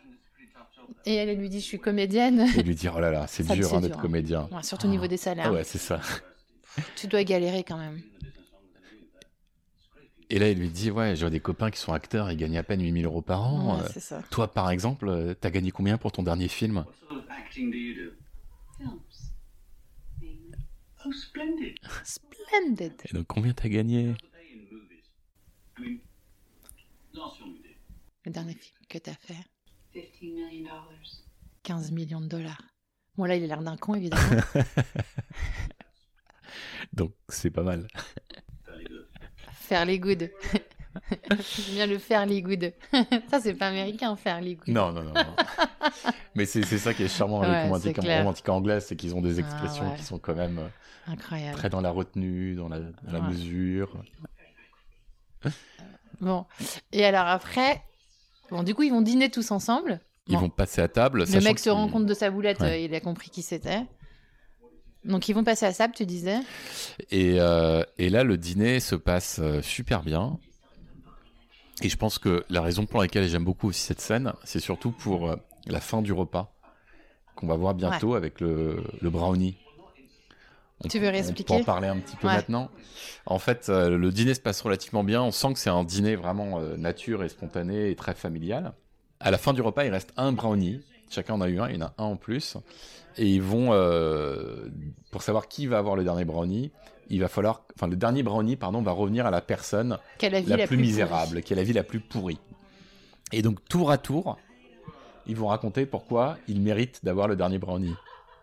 Et elle, elle lui dit je suis comédienne. Et lui dire, oh là là, c'est Ça, dur c'est hein, dur, d'être hein. comédien. Ouais, surtout au niveau des salaires. Ah ouais, c'est ça. Tu dois galérer quand même. Et là, il lui dit, ouais, j'ai des copains qui sont acteurs, ils gagnent à peine huit mille euros par an. Ouais, Euh, c'est ça. toi, par exemple, euh, t'as gagné combien pour ton dernier film? What sort of acting do you do? Films. Mainly. Oh, splendid. Splendid. Et donc, combien t'as gagné? Stay in movies. I mean, last film we did. Le dernier film que t'as fait, Fifteen million dollars. quinze millions de dollars. Bon, là, il a l'air d'un con, évidemment. Donc, c'est pas mal. Fairly good. Faire les good. J'aime bien le faire les good. Ça, c'est pas américain, faire les good. Non, non, non. non. Mais c'est c'est ça qui est charmant avec Ouais, les romantiques, c'est clair. romantiques anglaises, c'est qu'ils ont des Ah, expressions ouais. qui sont quand même euh, Incroyable. très dans la retenue, dans la, dans la Ouais. mesure. Bon. Et alors après, bon, du coup, ils vont dîner tous ensemble. Ils Bon. vont passer à table. Le sachant mec se qu'ils- rend compte de sa boulette, Ouais. euh, il a compris qui c'était. Donc ils vont passer à table, tu disais. Et, euh, et là, le dîner se passe euh, super bien. Et je pense que la raison pour laquelle j'aime beaucoup aussi cette scène, c'est surtout pour euh, la fin du repas qu'on va voir bientôt avec le, le brownie. On Tu veux peut- réexpliquer On peut en parler un petit peu Ouais. maintenant. En fait, euh, le dîner se passe relativement bien. On sent que c'est un dîner vraiment euh, nature et spontané et très familial. À la fin du repas, il reste un brownie. Chacun en a eu un, il y en a un en plus. Et ils vont, euh, pour savoir qui va avoir le dernier brownie, il va falloir, enfin le dernier brownie, pardon, va revenir à la personne Quelle a la vie la, la, plus, plus misérable, pourrie. qui a la vie la plus pourrie. Et donc tour à tour, ils vont raconter pourquoi ils méritent d'avoir le dernier brownie.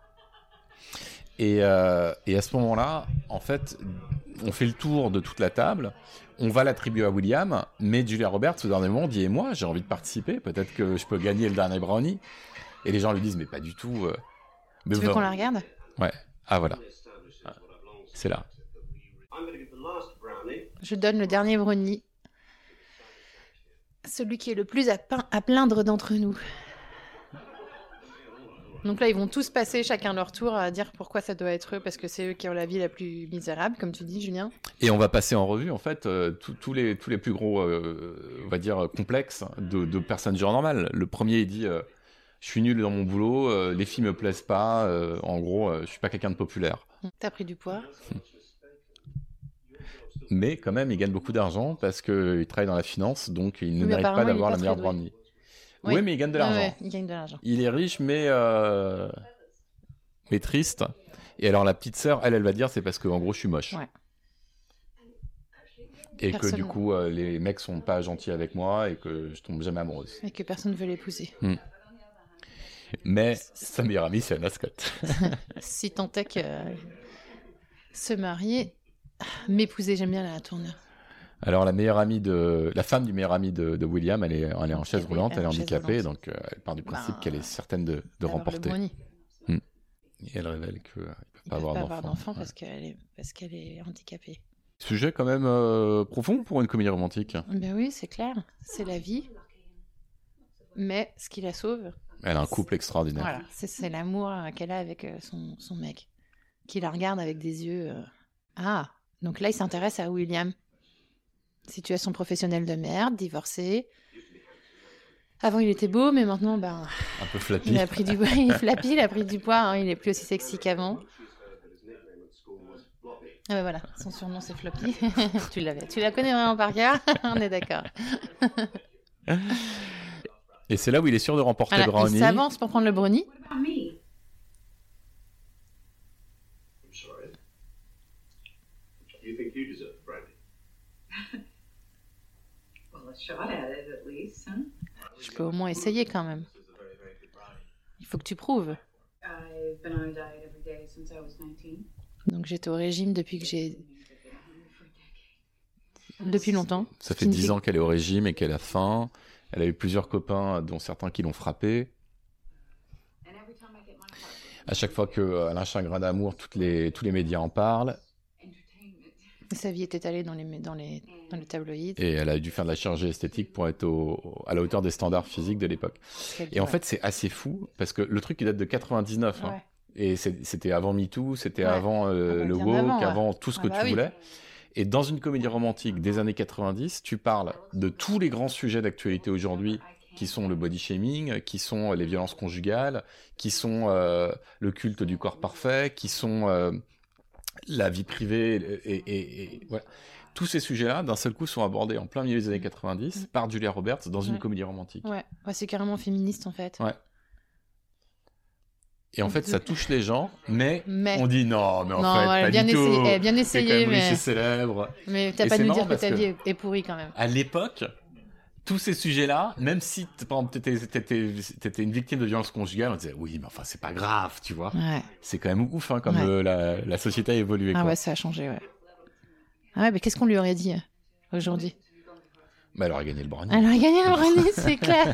Et, euh, et à ce moment-là, en fait, on fait le tour de toute la table. On va l'attribuer à William, mais Julia Roberts, au dernier moment, dit « Et moi, j'ai envie de participer, peut-être que je peux gagner le dernier brownie ». Et les gens lui disent « Mais pas du tout, euh, Mais Tu veux va- qu'on la regarde? Ouais. Ah voilà. C'est là. Je donne le dernier brownie. Celui qui est le plus à, pein- à plaindre d'entre nous. Donc là, ils vont tous passer chacun leur tour à dire pourquoi ça doit être eux, parce que c'est eux qui ont la vie la plus misérable, comme tu dis, Julien. Et on va passer en revue, en fait, euh, tous- tous les, tous les plus gros, euh, on va dire, complexes de, de personnes genre normales. Le premier, il dit euh, je suis nul dans mon boulot, euh, les filles me plaisent pas, euh, en gros, euh, je suis pas quelqu'un de populaire. T'as pris du poids. Mais quand même, il gagne beaucoup d'argent parce qu'il travaille dans la finance, donc il ne Oui, mais mérite pas apparemment, il est d'avoir pas la meilleure très doué. brownie. Oui. Oui, mais il gagne de Ouais, l'argent. ouais, il gagne de l'argent. Il est riche, mais, euh, mais triste. Et alors, la petite sœur, elle, elle va dire c'est parce que, en gros, je suis moche. Ouais. Et que Personne- du coup, euh, les mecs sont pas gentils avec moi et que je tombe jamais amoureuse. Et que personne ne veut l'épouser. Mais sa meilleure amie, c'est Anna Scott. Si tant est que euh, se marier, ah, m'épouser, j'aime bien la tournure. Alors, la meilleure amie de, la femme du meilleur ami de, de William, elle est, elle est en chaise Oui, roulante, elle est elle est en chaise handicapée, roulante. donc euh, elle part du principe Ben, qu'elle est certaine de, de D'avoir remporter. Le brownie. Et elle révèle qu'ils ne peuvent Ils pas peuvent avoir pas d'enfant. avoir d'enfant Ouais. parce qu'elle est, parce qu'elle est handicapée. Sujet quand même euh, profond pour une comédie romantique. Ben oui, c'est clair. C'est la vie. Mais ce qui la sauve, Elle a un couple extraordinaire. voilà, c'est, c'est l'amour euh, qu'elle a avec euh, son, son mec. Qui la regarde avec des yeux. euh, Ah, donc là, il s'intéresse à William. Situation professionnelle de merde, divorcé. Avant, il était beau, mais maintenant, ben, Un peu flappy. il a pris du poids. Il est flappy, il a pris du poids. Hein, il est plus aussi sexy qu'avant. Ah ben voilà, son surnom c'est Floppy. tu l'avais, tu la connais vraiment par cœur. On est d'accord. Et c'est là où il est sûr de remporter Voilà, le brownie. il s'avance pour prendre le brownie. What about me? I'm sorry. You think you deserve the brownie? Well, a shot at it at least, huh? Je peux au moins essayer quand même. This is a very, very good brownie. Il faut que tu prouves. I've been on a diet every day since I was nineteen. Donc j'étais au régime depuis que j'ai... Depuis longtemps. Ça fait Signifie- dix ans qu'elle est au régime et qu'elle a faim. Elle a eu plusieurs copains, dont certains qui l'ont frappée. And every time I get my heart À chaque fois qu'elle a un chagrin d'amour, toutes les, tous les médias en parlent. entertainment. Sa vie est étalée dans les, dans les, dans les tabloïds. Et elle a dû faire de la chirurgie esthétique pour être au- à la hauteur des standards physiques de l'époque. Et en fait, c'est assez fou, parce que le truc, il date de quatre-vingt-dix-neuf. hein. Ouais. Et c'est- c'était avant MeToo, c'était Ouais. avant euh, Ah bah, le bien woke, avant, ouais. avant tout ce Ah que bah tu oui. voulais. Et dans une comédie romantique des années quatre-vingt-dix, tu parles de tous les grands sujets d'actualité aujourd'hui, qui sont le body shaming, qui sont les violences conjugales, qui sont euh, le culte du corps parfait, qui sont euh, la vie privée, et, et- et- voilà. Tous ces sujets-là, d'un seul coup, sont abordés en plein milieu des années quatre-vingt-dix par Julia Roberts dans une Ouais. comédie romantique. Ouais, ouais, c'est carrément féministe en fait. Ouais. Et en fait, ça touche les gens, mais, Mais- on dit non, mais en non, fait, ouais, pas bien du essayé, tout. eh, bien C'est quand essayé, même riche mais, et célèbre. mais t'as Et pas c'est dû marrant dire que parce ta que- vie est, est pourrie quand même. À l'époque, tous ces sujets-là, même si t- par exemple, t'étais, t'étais, t'étais une victime de violence conjugale, on disait oui, mais enfin, c'est pas grave, tu vois. Ouais. C'est quand même ouf, hein, comme Ouais. le- la, la société a évolué. Ah quoi. ouais, ça a changé, ouais. Ah ouais, mais qu'est-ce qu'on lui aurait dit euh, aujourd'hui? Bah, elle aurait gagné le brownie. Elle a gagné un brownie, c'est clair.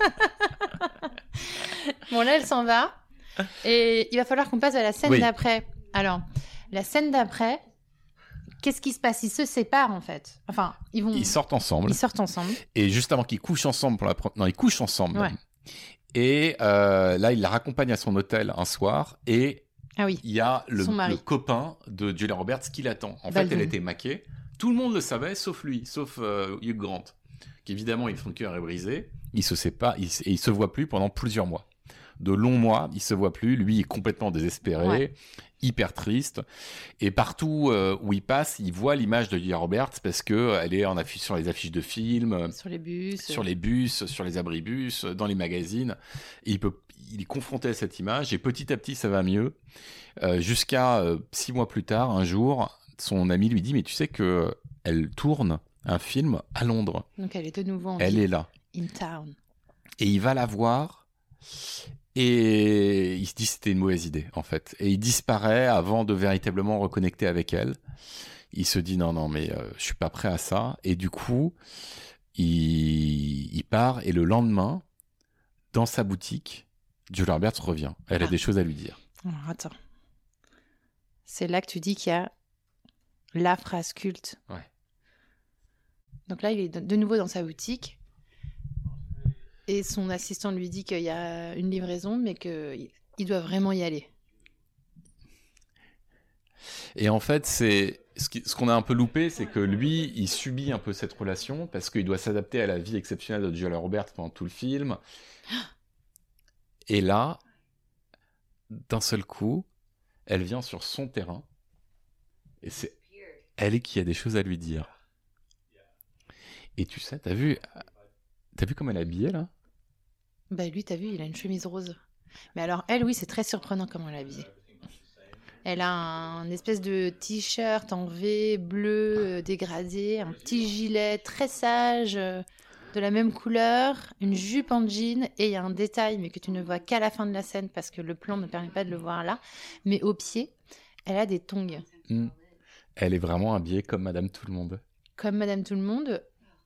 Bon, là, elle s'en va. Et il va falloir qu'on passe à la scène Oui. d'après. Alors, la scène d'après, qu'est-ce qui se passe? Ils se séparent, en fait. Enfin, ils vont... Ils sortent ensemble. Ils sortent ensemble. Et juste avant qu'ils couchent ensemble pour la pre- non, ils couchent ensemble. Ouais. Et euh, là, il la raccompagne à son hôtel un soir et Ah oui. il y a le, Son mari. le copain de Julia Roberts qui l'attend. En Baldwin. fait, elle était maquée. Tout le monde le savait, sauf lui, sauf euh, Hugh Grant, qui évidemment, son cœur est brisé. Il se sépare il, et il se voit plus pendant plusieurs mois. De longs mois, il se voit plus. Lui est complètement désespéré, Ouais. hyper triste. Et partout euh, où il passe, il voit l'image de Julia Roberts parce que elle est en affiche sur les affiches de films. Sur les bus. Sur les bus, sur les abribus, dans les magazines. Et il, peut, il est confronté à cette image et petit à petit, ça va mieux. Euh, jusqu'à euh, six mois plus tard, un jour, son ami lui dit « Mais tu sais que elle tourne un film à Londres. Donc, elle est de nouveau en Elle ville. est là. In town. » Et il va la voir et il se dit que c'était une mauvaise idée, en fait. Et il disparaît avant de véritablement reconnecter avec elle. Il se dit « Non, non, mais euh, je suis pas prêt à ça. » Et du coup, il, il part et le lendemain, dans sa boutique, Julia Roberts revient. Elle a Ah. des choses à lui dire. Alors, attends. C'est là que tu dis qu'il y a la phrase culte. Ouais. Donc là, il est de de nouveau dans sa boutique. Et son assistant lui dit qu'il y a une livraison, mais qu'il il doit vraiment y aller. Et en fait, c'est ce qui- ce qu'on a un peu loupé, c'est que lui, il subit un peu cette relation parce qu'il doit s'adapter à la vie exceptionnelle de Julia Roberts pendant tout le film. Et là, d'un seul coup, elle vient sur son terrain et c'est elle qui a des choses à lui dire. Et tu sais, t'as vu, t'as vu comment elle est habillée là? Bah lui, t'as vu, il a une chemise rose. Mais alors, elle, oui, c'est très surprenant comment elle est habillée. Elle a un espèce de t-shirt en V bleu euh, dégradé, un petit gilet très sage euh, de la même couleur, une jupe en jean, et il y a un détail, mais que tu ne vois qu'à la fin de la scène parce que le plan ne permet pas de le voir là. Mais au pied, elle a des tongs. Hmm. Elle est vraiment habillée comme Madame Tout-le-Monde. Comme Madame Tout-le-Monde.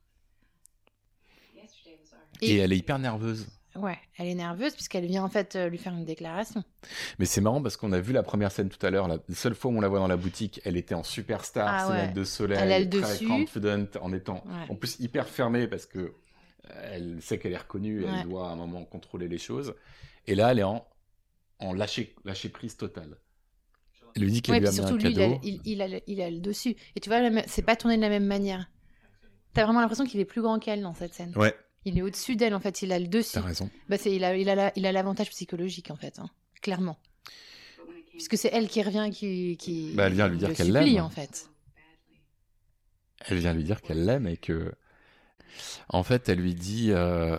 Et Et- elle est hyper nerveuse. Ouais, elle est nerveuse puisqu'elle vient en fait euh, lui faire une déclaration. Mais c'est marrant parce qu'on a vu la première scène tout à l'heure. La seule fois où on la voit dans la boutique, elle était en superstar, Ah ses ouais. lunettes de soleil, Elle a le très dessus. confident, en étant Ouais. en plus hyper fermée parce que euh, elle sait qu'elle est reconnue, Ouais. elle doit à un moment contrôler les choses. Et là, elle est en, en lâcher, lâcher prise totale. Elle lui dit qu'elle Ouais, lui a puis amené surtout un lui, il a, cadeau. il, il a, le- il a le dessus. Et tu vois, la me- c'est pas tourné de la même manière. T'as vraiment l'impression qu'il est plus grand qu'elle dans cette scène. Ouais, Il est au-dessus d'elle en fait, il a le dessus. t'as raison. Bah, c'est, il a, il a, la- il a l'avantage psychologique en fait, hein, clairement. Puisque c'est elle qui revient, qui, qui Bah, elle vient lui dire le qu'elle supplie, l'aime. en fait. Elle vient lui dire qu'elle l'aime et que, en fait, elle lui dit euh,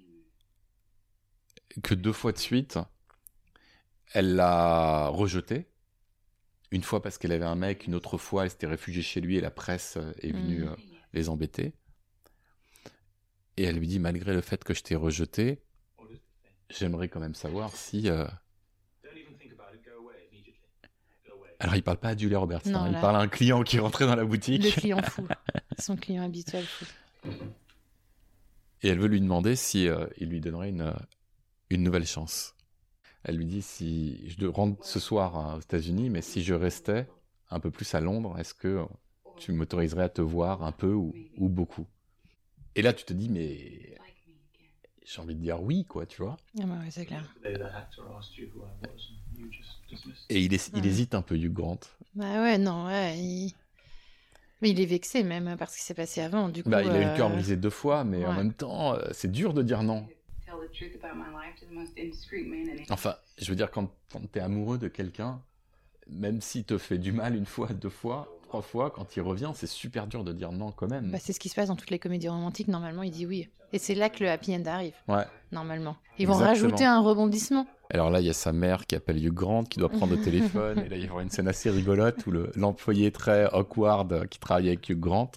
que deux fois de suite, elle l'a rejeté. Une fois parce qu'elle avait un mec, une autre fois elle s'était réfugiée chez lui et la presse euh, est venue Mhm. euh, les embêter. Et elle lui dit, malgré le fait que je t'ai rejeté, j'aimerais quand même savoir si... euh, Don't even think about it. Go away immediately. Go away. Alors il parle pas à Julia Roberts, Non, hein, il là- parle à un client qui est rentré dans la boutique. Le client fou. Son client habituel fou. Et elle veut lui demander si euh, il lui donnerait une, euh, une nouvelle chance. Elle lui dit, si je rentre ce soir hein, aux États-Unis, mais si je restais un peu plus à Londres, est-ce que tu m'autoriserais à te voir un peu ou, ou beaucoup? Et là, tu te dis, mais j'ai envie de dire oui, quoi, tu vois. Ah bah ouais, c'est clair. Today, the actor asked you who I was, and you just dismissed it. Et il, est- il Ouais. hésite un peu, Hugh Grant. Bah ouais, non, ouais. Il... Mais il est vexé même par ce qui s'est passé avant. Du coup, Bah, il a eu euh, le cœur brisé deux fois, mais en ouais. même temps, euh, c'est dur de dire non. Tell the truth about my life to the most indiscreet man in Enfin, je veux dire, quand, quand t'es amoureux de quelqu'un, même s'il te fait du mal une fois, deux fois, trois fois, quand il revient, c'est super dur de dire non quand même. Bah, c'est ce qui se passe dans toutes les comédies romantiques. Normalement, il dit oui. Et c'est là que le happy end arrive, Ouais. normalement. Ils vont Exactement. rajouter un rebondissement. Alors là, il y a sa mère qui appelle Hugh Grant, qui doit prendre le téléphone. Et là, il va y avoir une scène assez rigolote où le- l'employé très awkward euh, qui travaille avec Hugh Grant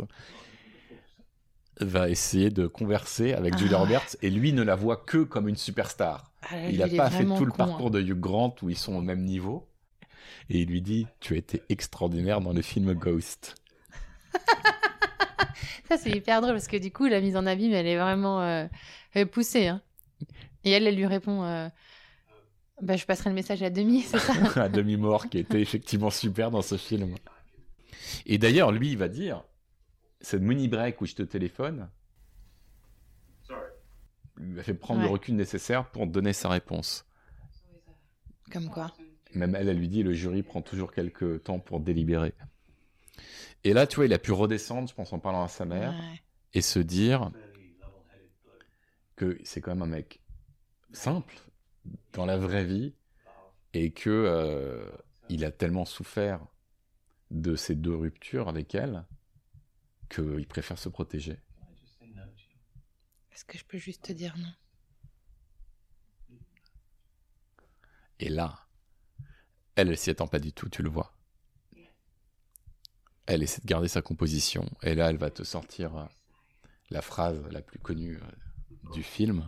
va essayer de converser avec Julia Ah. Roberts. Et lui ne la voit que comme une superstar. Ah, là, Il lui, n'a est pas fait vraiment tout le con, hein. parcours de Hugh Grant où ils sont au même niveau. Et il lui dit, tu as été extraordinaire dans le film Ghost. Ça, c'est hyper drôle parce que du coup, la mise en abîme, elle est vraiment euh, euh, poussée. Hein. Et elle, elle lui répond euh, bah, je passerai le message à demi, c'est ça. À demi-mort, qui était effectivement super dans ce film. Et d'ailleurs, lui, il va dire, cette mini break où je te téléphone, Sorry. lui a fait prendre Ouais. le recul nécessaire pour donner sa réponse. Comme quoi. Même elle, elle lui dit, le jury prend toujours quelques temps pour délibérer. Et là, tu vois, il a pu redescendre, je pense, en parlant à sa mère, Ouais. et se dire Fairly level-headed bloke. que c'est quand même un mec simple dans la vraie vie, et que euh, il a tellement souffert de ces deux ruptures avec elle qu'il préfère se protéger. Can I just say no to you? Est-ce que je peux juste te dire non? Et là, elle, elle s'y attend pas du tout, tu le vois. Elle essaie de garder sa composition, et là, elle va te sortir euh, la phrase la plus connue euh, du film.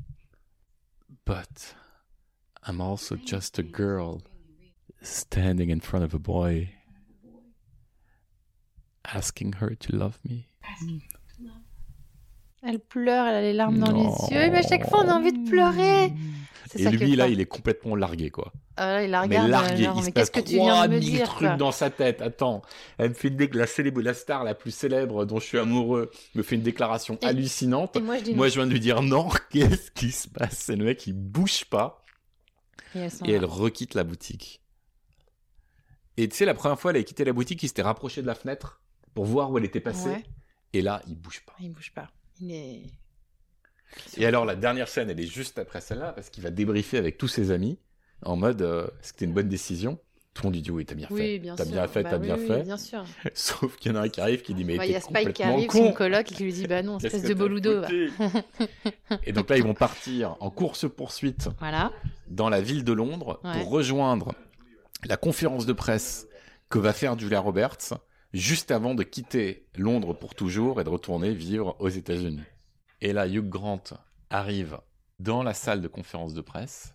But I'm also just a girl standing in front of a boy, asking her to love me. Elle pleure, elle a les larmes dans Non. les yeux, mais à chaque fois on a envie de pleurer. C'est Et ça que lui, le là, plan. il est complètement largué, quoi. Ah, là, il la Mais regarde, largué, genre, il se mais passe qu'est-ce que tu viens de me trois mille dire trucs quoi. dans sa tête. Attends, elle me fait une dé- la, célèbre, la star la plus célèbre dont je suis amoureux me fait une déclaration Et- hallucinante. Et moi je dis non. Moi, je viens de lui dire non. Qu'est-ce qui se passe? C'est le mec, il bouge pas Et elle s'en et va. elle requitte la boutique. Et tu sais, la première fois, elle a quitté la boutique, il s'était rapproché de la fenêtre pour voir où elle était passée. Ouais. Et là, il bouge pas. Il bouge pas. Il est. Et alors, la dernière scène, elle est juste après celle-là, parce qu'il va débriefer avec tous ses amis, en mode, euh, c'était une bonne décision. Tout le monde lui dit, oui, t'as bien fait. Oui, bien t'as sûr. bien fait, Bah t'as oui, bien oui, fait. bien sûr. Sauf qu'il y en a un qui arrive qui dit, mais Bah, Il t'es y a Spike qui complètement arrive, con. son coloc, et qui lui dit bah non, Qu'est-ce espèce que de t'as boludo. va. foutu Et donc là, ils vont partir en course-poursuite Voilà. dans la ville de Londres Ouais. pour rejoindre la conférence de presse que va faire Julia Roberts juste avant de quitter Londres pour toujours et de retourner vivre aux États-Unis. Et là, Hugh Grant arrive dans la salle de conférence de presse.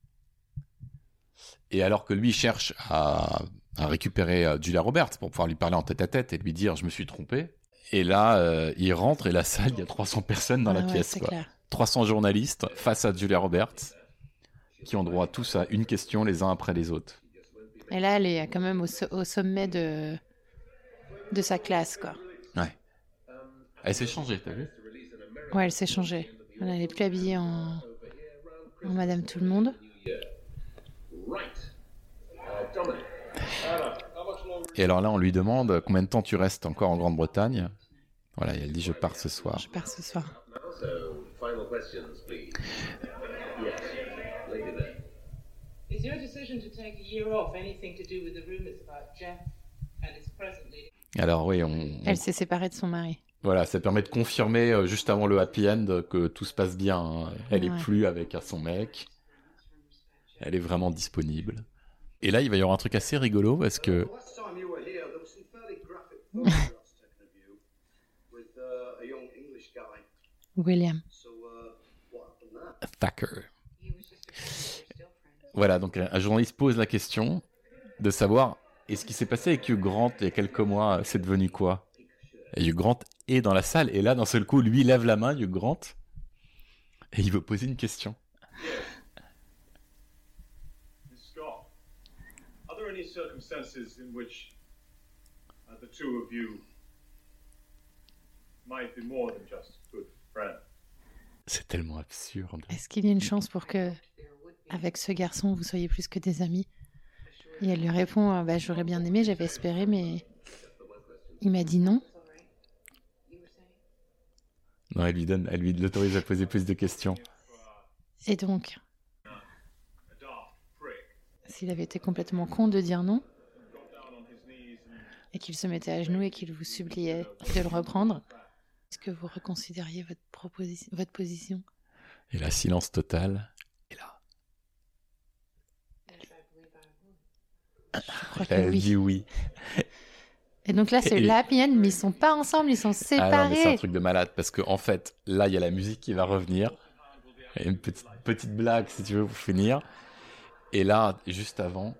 Et alors que lui cherche à, à récupérer euh, Julia Roberts pour pouvoir lui parler en tête-à-tête et lui dire « je me suis trompé », et là, euh, il rentre et la salle, il y a trois cents personnes dans Ah la ouais, pièce. c'est Quoi. clair. trois cents journalistes face à Julia Roberts qui ont droit tous à une question les uns après les autres. Et là, elle est quand même au, so- au sommet de de sa classe, quoi. Ouais. Elle s'est changée, t'as vu? Ouais, elle s'est changée. Elle n'est plus habillée en, en Madame Tout le Monde. Et alors là, on lui demande combien de temps tu restes encore en Grande-Bretagne. Voilà, et elle dit je pars ce soir. Je pars ce soir. So, final questions, please. Yes, lady there. Is your decision to take a year off anything to do with the rumors about Jeff and his present leader? Alors oui, on, on- Elle s'est séparée de son mari. voilà, ça permet de confirmer euh, juste avant le happy end que tout se passe bien. hein. Elle est Ouais. plus avec son mec. Elle est vraiment disponible. Et là, il va y avoir un truc assez rigolo parce que Last time you were here, there were some fairly graphic photographs taken of you with uh, a young English guy. William. So, uh, what happened there? Thacker. He was just a friend, you're still friends. Voilà, donc un un journaliste pose la question de savoir et ce qui s'est passé avec Hugh Grant il y a quelques mois, c'est devenu quoi? Et Hugh Grant est dans la salle et là, d'un seul coup, lui lève la main, Hugh Grant, et il veut poser une question. Miss Scott, are there any circumstances in which uh, the two of you might be more than just good friends? C'est tellement absurde. Est-ce qu'il y a une chance pour que, avec ce garçon, vous soyez plus que des amis? Et elle lui répond euh, bah, j'aurais bien aimé, j'avais espéré, mais il m'a dit non. Non, elle lui donne, elle lui l'autorise à poser plus de questions. Et donc, A dark prick s'il avait été complètement con de dire non, got down on his knees and et qu'il se mettait à genoux et qu'il vous suppliait de le reprendre, est-ce que vous reconsidériez votre, proposi- votre position? Et là, silence total. Et là, Je crois que elle oui. dit oui. Et donc là, c'est Et- le happy end, mais ils sont pas ensemble, ils sont Ah non, mais c'est un séparés. truc de malade parce que en fait, là, il y a la musique qui va revenir. Et une petite, petite blague, si tu veux, pour finir. Et là, juste avant,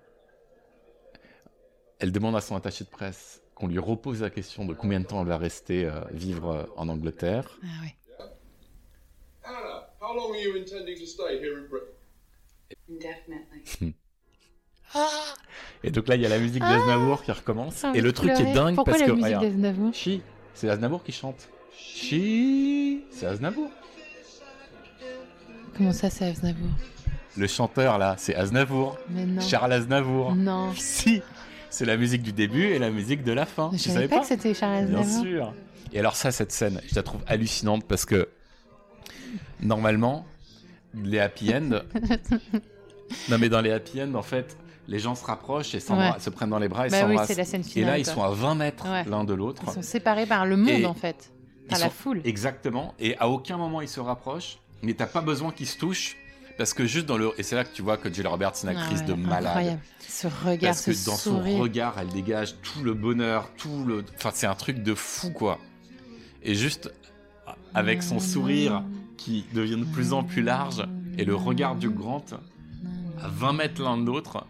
elle demande à son attaché de presse qu'on lui repose la question de combien de temps elle va rester euh, vivre euh, en Angleterre. Ah ouais. Anna, how long are you intending to stay here in Britain? Indefinitely. Et donc là, il y a la musique d'Aznavour qui recommence. J'ai envie Et le de truc pleurer. est dingue Pourquoi parce la que. musique regarde, d'Aznavour? Chi, c'est Aznavour qui chante. Chi, c'est Aznavour. Comment ça, c'est Aznavour? Le chanteur là, c'est Aznavour. Mais non. Charles Aznavour. Non. Si, c'est la musique du début et la musique de la fin. Je Tu savais pas, que c'était Charles Bien Aznavour. sûr. Et alors ça, cette scène, je la trouve hallucinante parce que normalement, les happy end. non mais dans les happy end, en fait, les gens se rapprochent et s'embra- Ouais. se prennent dans les bras et Bah oui, s'embrassent. c'est la scène et finale. là, ils quoi. sont à vingt mètres Ouais. l'un de l'autre. Ils sont séparés par le monde, Et en fait. Ils Par la sont- foule. Exactement. Et à aucun moment ils se rapprochent, mais t'as pas besoin qu'ils se touchent. Parce que juste dans le. Et c'est là que tu vois que Julia Roberts, c'est une Ah actrice ouais, de malade. Incroyable. Ce regard, Parce que ce dans sourire. son regard, elle dégage tout le bonheur, tout le. Enfin, c'est un truc de fou, quoi. Et juste avec son sourire qui devient de plus en plus large et le regard du Grant à vingt mètres l'un de l'autre,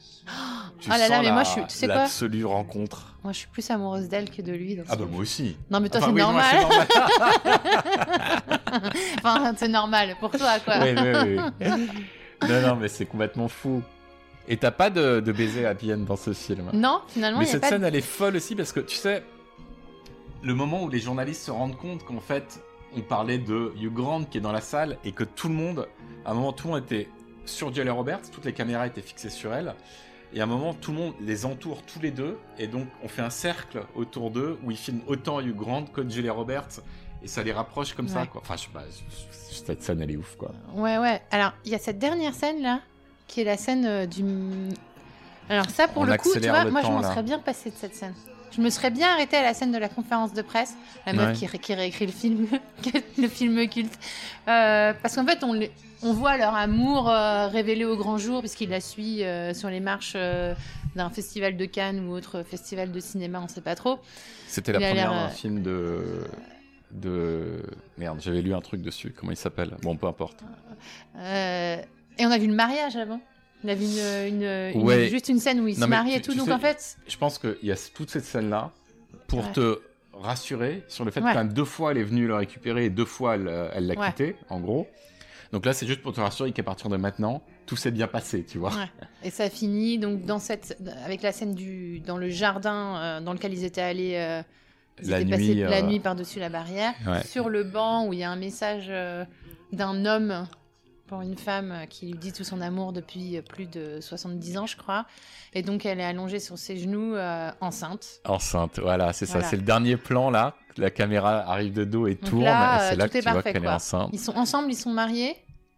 Tu Ah là là, sens mais la- moi, je suis- tu sais quoi l'absolue rencontre. Moi, je suis plus amoureuse d'elle que de lui. dans ce Ah bah film. moi aussi. Non, mais toi, Enfin, c'est oui, moi, normal. c'est normal. Enfin, c'est normal pour toi, quoi. Oui, oui, oui. Non, non, mais c'est complètement fou. Et t'as pas de, de baiser happy end dans ce film. Non, finalement, Mais il y a cette pas de- scène, elle est folle aussi parce que tu sais, le moment où les journalistes se rendent compte qu'en fait, on parlait de Hugh Grant qui est dans la salle et que tout le monde, à un moment, tout le monde était sur Julia Roberts, toutes les caméras étaient fixées sur elle. Et à un moment, tout le monde les entoure tous les deux. Et donc, on fait un cercle autour d'eux où ils filment autant Hugh Grant que Julia Roberts. Et ça les rapproche comme ça, Ouais. quoi. Enfin, je sais pas, je- je- cette scène, elle est ouf, quoi. Ouais, ouais. Alors, il y a cette dernière scène là, qui est la scène euh, du. Alors ça, pour On le coup, tu accélère vois, le moi, je temps, m'en là. serais bien passée de cette scène. Je me serais bien arrêtée à la scène de la conférence de presse, la meuf Ouais. qui, ré- qui réécrit le film, le film culte, Euh, parce qu'en fait, on, les- on voit leur amour euh, révélé au grand jour, puisqu'il la suit euh, sur les marches euh, d'un festival de Cannes ou autre festival de cinéma, on sait pas trop. C'était la Il a première l'air, d'un euh, film de... de... Merde, j'avais lu un truc dessus. Comment il s'appelle? Bon, peu importe. Euh, et on a vu le mariage avant. On a vu une, une- une- Ouais. juste une scène où ils Non, se mais marient tu- et tout. tu Donc sais- en fait, Je pense qu'il y a toute cette scène-là pour Ouais. te rassurer sur le fait Ouais. que quand même deux fois elle est venue le récupérer et deux fois elle euh, elle l'a Ouais. quitté, en gros. Donc là, c'est juste pour te rassurer qu'à partir de maintenant, tout s'est bien passé, tu vois. Ouais. Et ça finit donc dans cette, avec la scène du, dans le jardin euh, dans lequel ils étaient allés. euh, ils La étaient nuit, passés la euh, nuit par-dessus la barrière, Ouais. sur le banc où il y a un message euh, d'un homme pour une femme euh, qui lui dit tout son amour depuis euh, plus de soixante-dix ans, je crois. Et donc elle est allongée sur ses genoux, euh, enceinte. Enceinte, voilà, c'est Voilà. ça. C'est le dernier plan là. La caméra arrive de dos et Donc tourne. là, et euh, c'est là tout que est tu vois parfait, qu'elle est quoi. enceinte. Ils sont ensemble, ils sont mariés.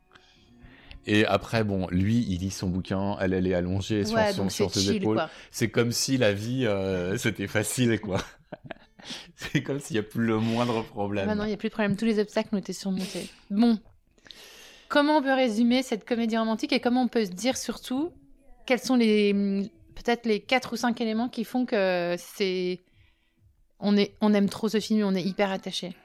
Et après, bon, lui, il lit son bouquin, elle, elle est allongée sur, Ouais, son- donc sur c'est ses chill, épaules. quoi. C'est comme si la vie, euh, c'était facile, quoi. C'est comme s'il n'y a plus le moindre problème. Maintenant, il n'y a plus de problème. Tous les obstacles ont été surmontés. Bon. Comment on peut résumer cette comédie romantique et comment on peut se dire surtout quels sont les hum, peut-être les quatre ou cinq éléments qui font que c'est on est on aime trop ce film et on est hyper attaché.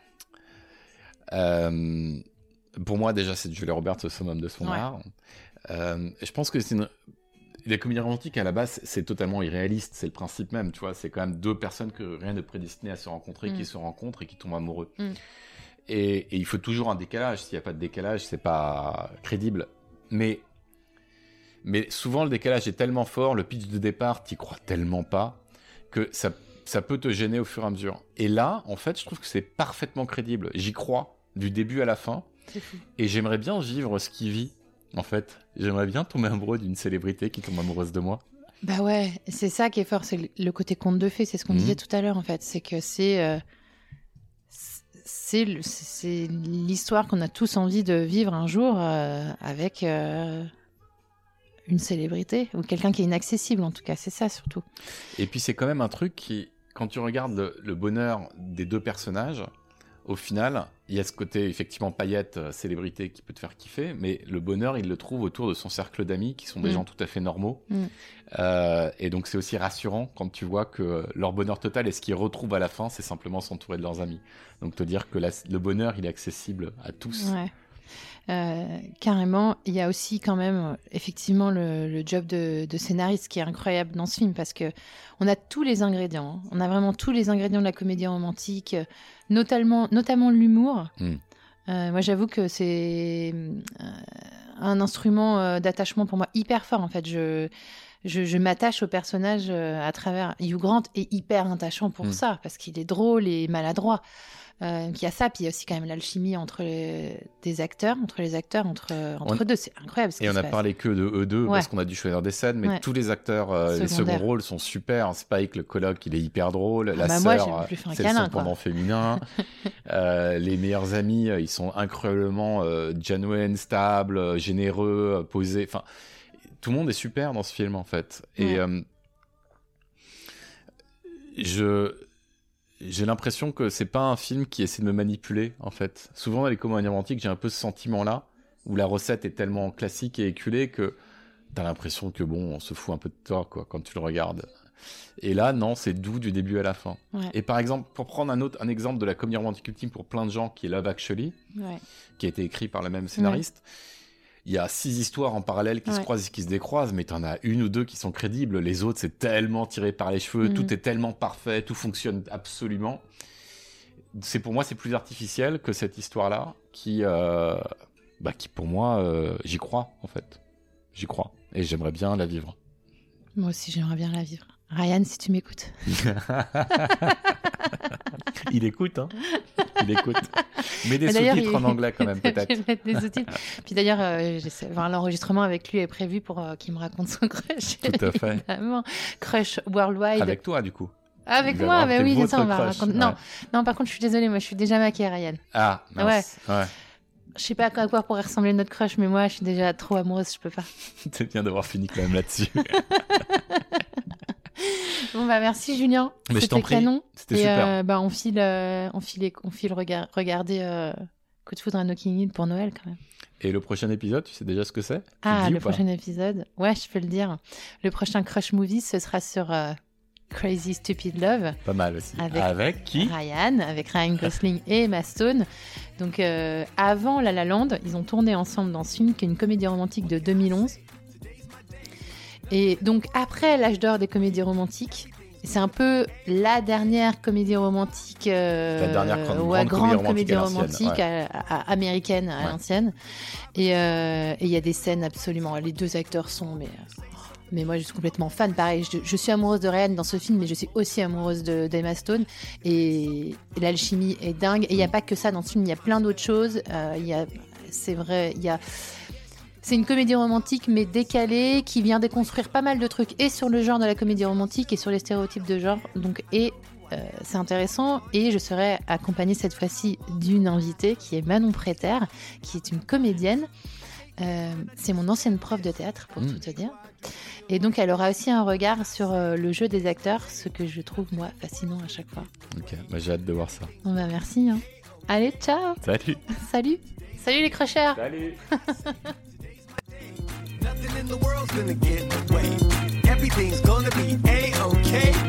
Euh, pour moi, déjà, c'est Julia Roberts au summum de son Ouais. art. Euh, je pense que c'est une... les comédies romantiques, à la base, c'est totalement irréaliste. C'est le principe même, tu vois. C'est quand même deux personnes que rien ne prédestiné à se rencontrer, Mm. qui se rencontrent et qui tombent amoureux. Mm. Et, et il faut toujours un décalage. S'il n'y a pas de décalage, c'est pas crédible. Mais, mais souvent, le décalage est tellement fort, le pitch de départ, t'y crois tellement pas, que ça, ça peut te gêner au fur et à mesure. Et là, en fait, je trouve que c'est parfaitement crédible. J'y crois, du début à la fin. C'est fou. Et j'aimerais bien vivre ce qu'il vit, en fait. J'aimerais bien tomber amoureux d'une célébrité qui tombe amoureuse de moi. Bah ouais, c'est ça qui est fort, c'est le- le côté conte de fées, c'est ce qu'on Mhm. disait tout à l'heure en fait, c'est que c'est euh, c'est le- c'est- c'est l'histoire qu'on a tous envie de vivre un jour euh, avec euh, une célébrité ou quelqu'un qui est inaccessible en tout cas, c'est ça surtout. Et puis c'est quand même un truc qui, quand tu regardes le, le bonheur des deux personnages, au final, il y a ce côté effectivement paillette, euh, célébrité qui peut te faire kiffer, mais le bonheur, il le trouve autour de son cercle d'amis qui sont des Mm. gens tout à fait normaux. Mm. Euh, et donc c'est aussi rassurant quand tu vois que leur bonheur total et ce qu'ils retrouvent à la fin, c'est simplement s'entourer de leurs amis. Donc te dire que la- le bonheur, il est accessible à tous. Ouais. Euh, carrément, il y a aussi quand même euh, effectivement le, le job de, de scénariste qui est incroyable dans ce film parce que on a tous les ingrédients, hein. On a vraiment tous les ingrédients de la comédie romantique, euh, notamment, notamment l'humour. Mm. Euh, moi, j'avoue que c'est euh, un instrument euh, d'attachement pour moi hyper fort en fait. Je je, je m'attache au personnage euh, à travers Hugh Grant est hyper attachant pour Mm. ça parce qu'il est drôle et maladroit. Euh, donc il y a ça, puis il y a aussi quand même l'alchimie entre les, des acteurs, entre les acteurs, entre, euh, entre On- deux. C'est incroyable ce qui Et on se a passe. parlé que de eux deux Ouais. parce qu'on a dû choisir des scènes, mais Ouais. tous les acteurs, euh, les Secondaires. seconds rôles sont super. Spike, le coloc, il est hyper drôle. Ah La bah moi, sœur, j'ai euh, plus fait un c'est câlin, son quoi. pendant féminin. Euh, les meilleurs amis, euh, ils sont incroyablement euh, genuine, stables, euh, généreux, euh, posés. Enfin, tout le monde est super dans ce film en fait. Et Ouais. euh, je j'ai l'impression que c'est pas un film qui essaie de me manipuler en fait. Souvent dans les comédies romantiques, j'ai un peu ce sentiment-là où la recette est tellement classique et éculée que t'as l'impression que bon, on se fout un peu de toi quoi quand tu le regardes. Et là, non, c'est doux du début à la fin. Ouais. Et par exemple, pour prendre un autre un exemple de la comédie romantique ultime pour plein de gens, qui est Love Actually, Ouais. qui a été écrit par la même scénariste, il y a six histoires en parallèle qui Ouais. se croisent et qui se décroisent, mais t'en as une ou deux qui sont crédibles. Les autres, c'est tellement tiré par les cheveux, Mhm. tout est tellement parfait, tout fonctionne absolument. C'est pour moi, c'est plus artificiel que cette histoire-là, qui, euh, bah, qui pour moi, euh, j'y crois en fait. J'y crois et j'aimerais bien la vivre. Moi aussi, j'aimerais bien la vivre. Ryan, si tu m'écoutes. Il écoute, hein. Il écoute. Mets des Mais d'ailleurs, sous-titres il- en anglais quand même, peut-être. Je vais mettre des sous-titres. Puis d'ailleurs, euh, j'essaie- enfin, l'enregistrement avec lui est prévu pour euh, qu'il me raconte son crush. Tout à fait. Évidemment. Crush worldwide. Avec toi, du coup. Avec Vous moi, avez bah oui, c'est votre ça, on va crush, raconter. ouais. Non, non, par contre, je suis désolée, moi, je suis déjà maquillée, Ryan. Ah, mince. Ouais. Je sais pas à quoi pourrait ressembler notre crush, mais moi, je suis déjà trop amoureuse, je peux pas. C'est bien d'avoir fini quand même là-dessus. Bon, bah, merci, Julien. Mais je C'était t'en prie. canon. C'était Et super. euh, bah, on file, euh, on file, on file rega- regarder euh, Coup de foudre à Notting Hill pour Noël, quand même. Et le prochain épisode, tu sais déjà ce que c'est? Tu Ah, dis le ou pas prochain épisode. Ouais, je peux le dire. Le prochain Crush Movie, ce sera sur euh, Crazy Stupid Love. Pas mal aussi. Avec- Avec qui? Ryan, avec Ryan Gosling et Emma Stone. Donc, euh, avant La La Land, ils ont tourné ensemble dans ce film qui est une comédie romantique de deux mille onze. Et donc, après l'âge d'or des comédies romantiques, c'est un peu la dernière comédie romantique, euh, La dernière grande- ouais, grande grande comédie comédie romantique romantique à l'ancienne, à- à- américaine à Ouais. l'ancienne. Et euh, et il y a des scènes absolument. Les deux acteurs sont, mais, euh, mais moi je suis complètement fan. Pareil, je, je suis amoureuse de Ryan dans ce film, mais je suis aussi amoureuse de- d'Emma Stone. Et, et l'alchimie est dingue. Et il n'y a pas que ça dans ce film, il y a plein d'autres choses. Euh, il y a, c'est vrai, il y a. C'est une comédie romantique mais décalée qui vient déconstruire pas mal de trucs et sur le genre de la comédie romantique et sur les stéréotypes de genre. Donc et euh, c'est intéressant et je serai accompagnée cette fois-ci d'une invitée qui est Manon Préter, qui est une comédienne. Euh, c'est mon ancienne prof de théâtre pour Mm. tout te dire. Et donc elle aura aussi un regard sur euh, le jeu des acteurs, ce que je trouve moi fascinant à chaque fois. Ok, bah, j'ai hâte de voir ça. Bon bah merci. Hein. Allez ciao, Salut. salut, salut les crushers. Salut. Nothing in the world's gonna get in the way. Everything's gonna be A-okay.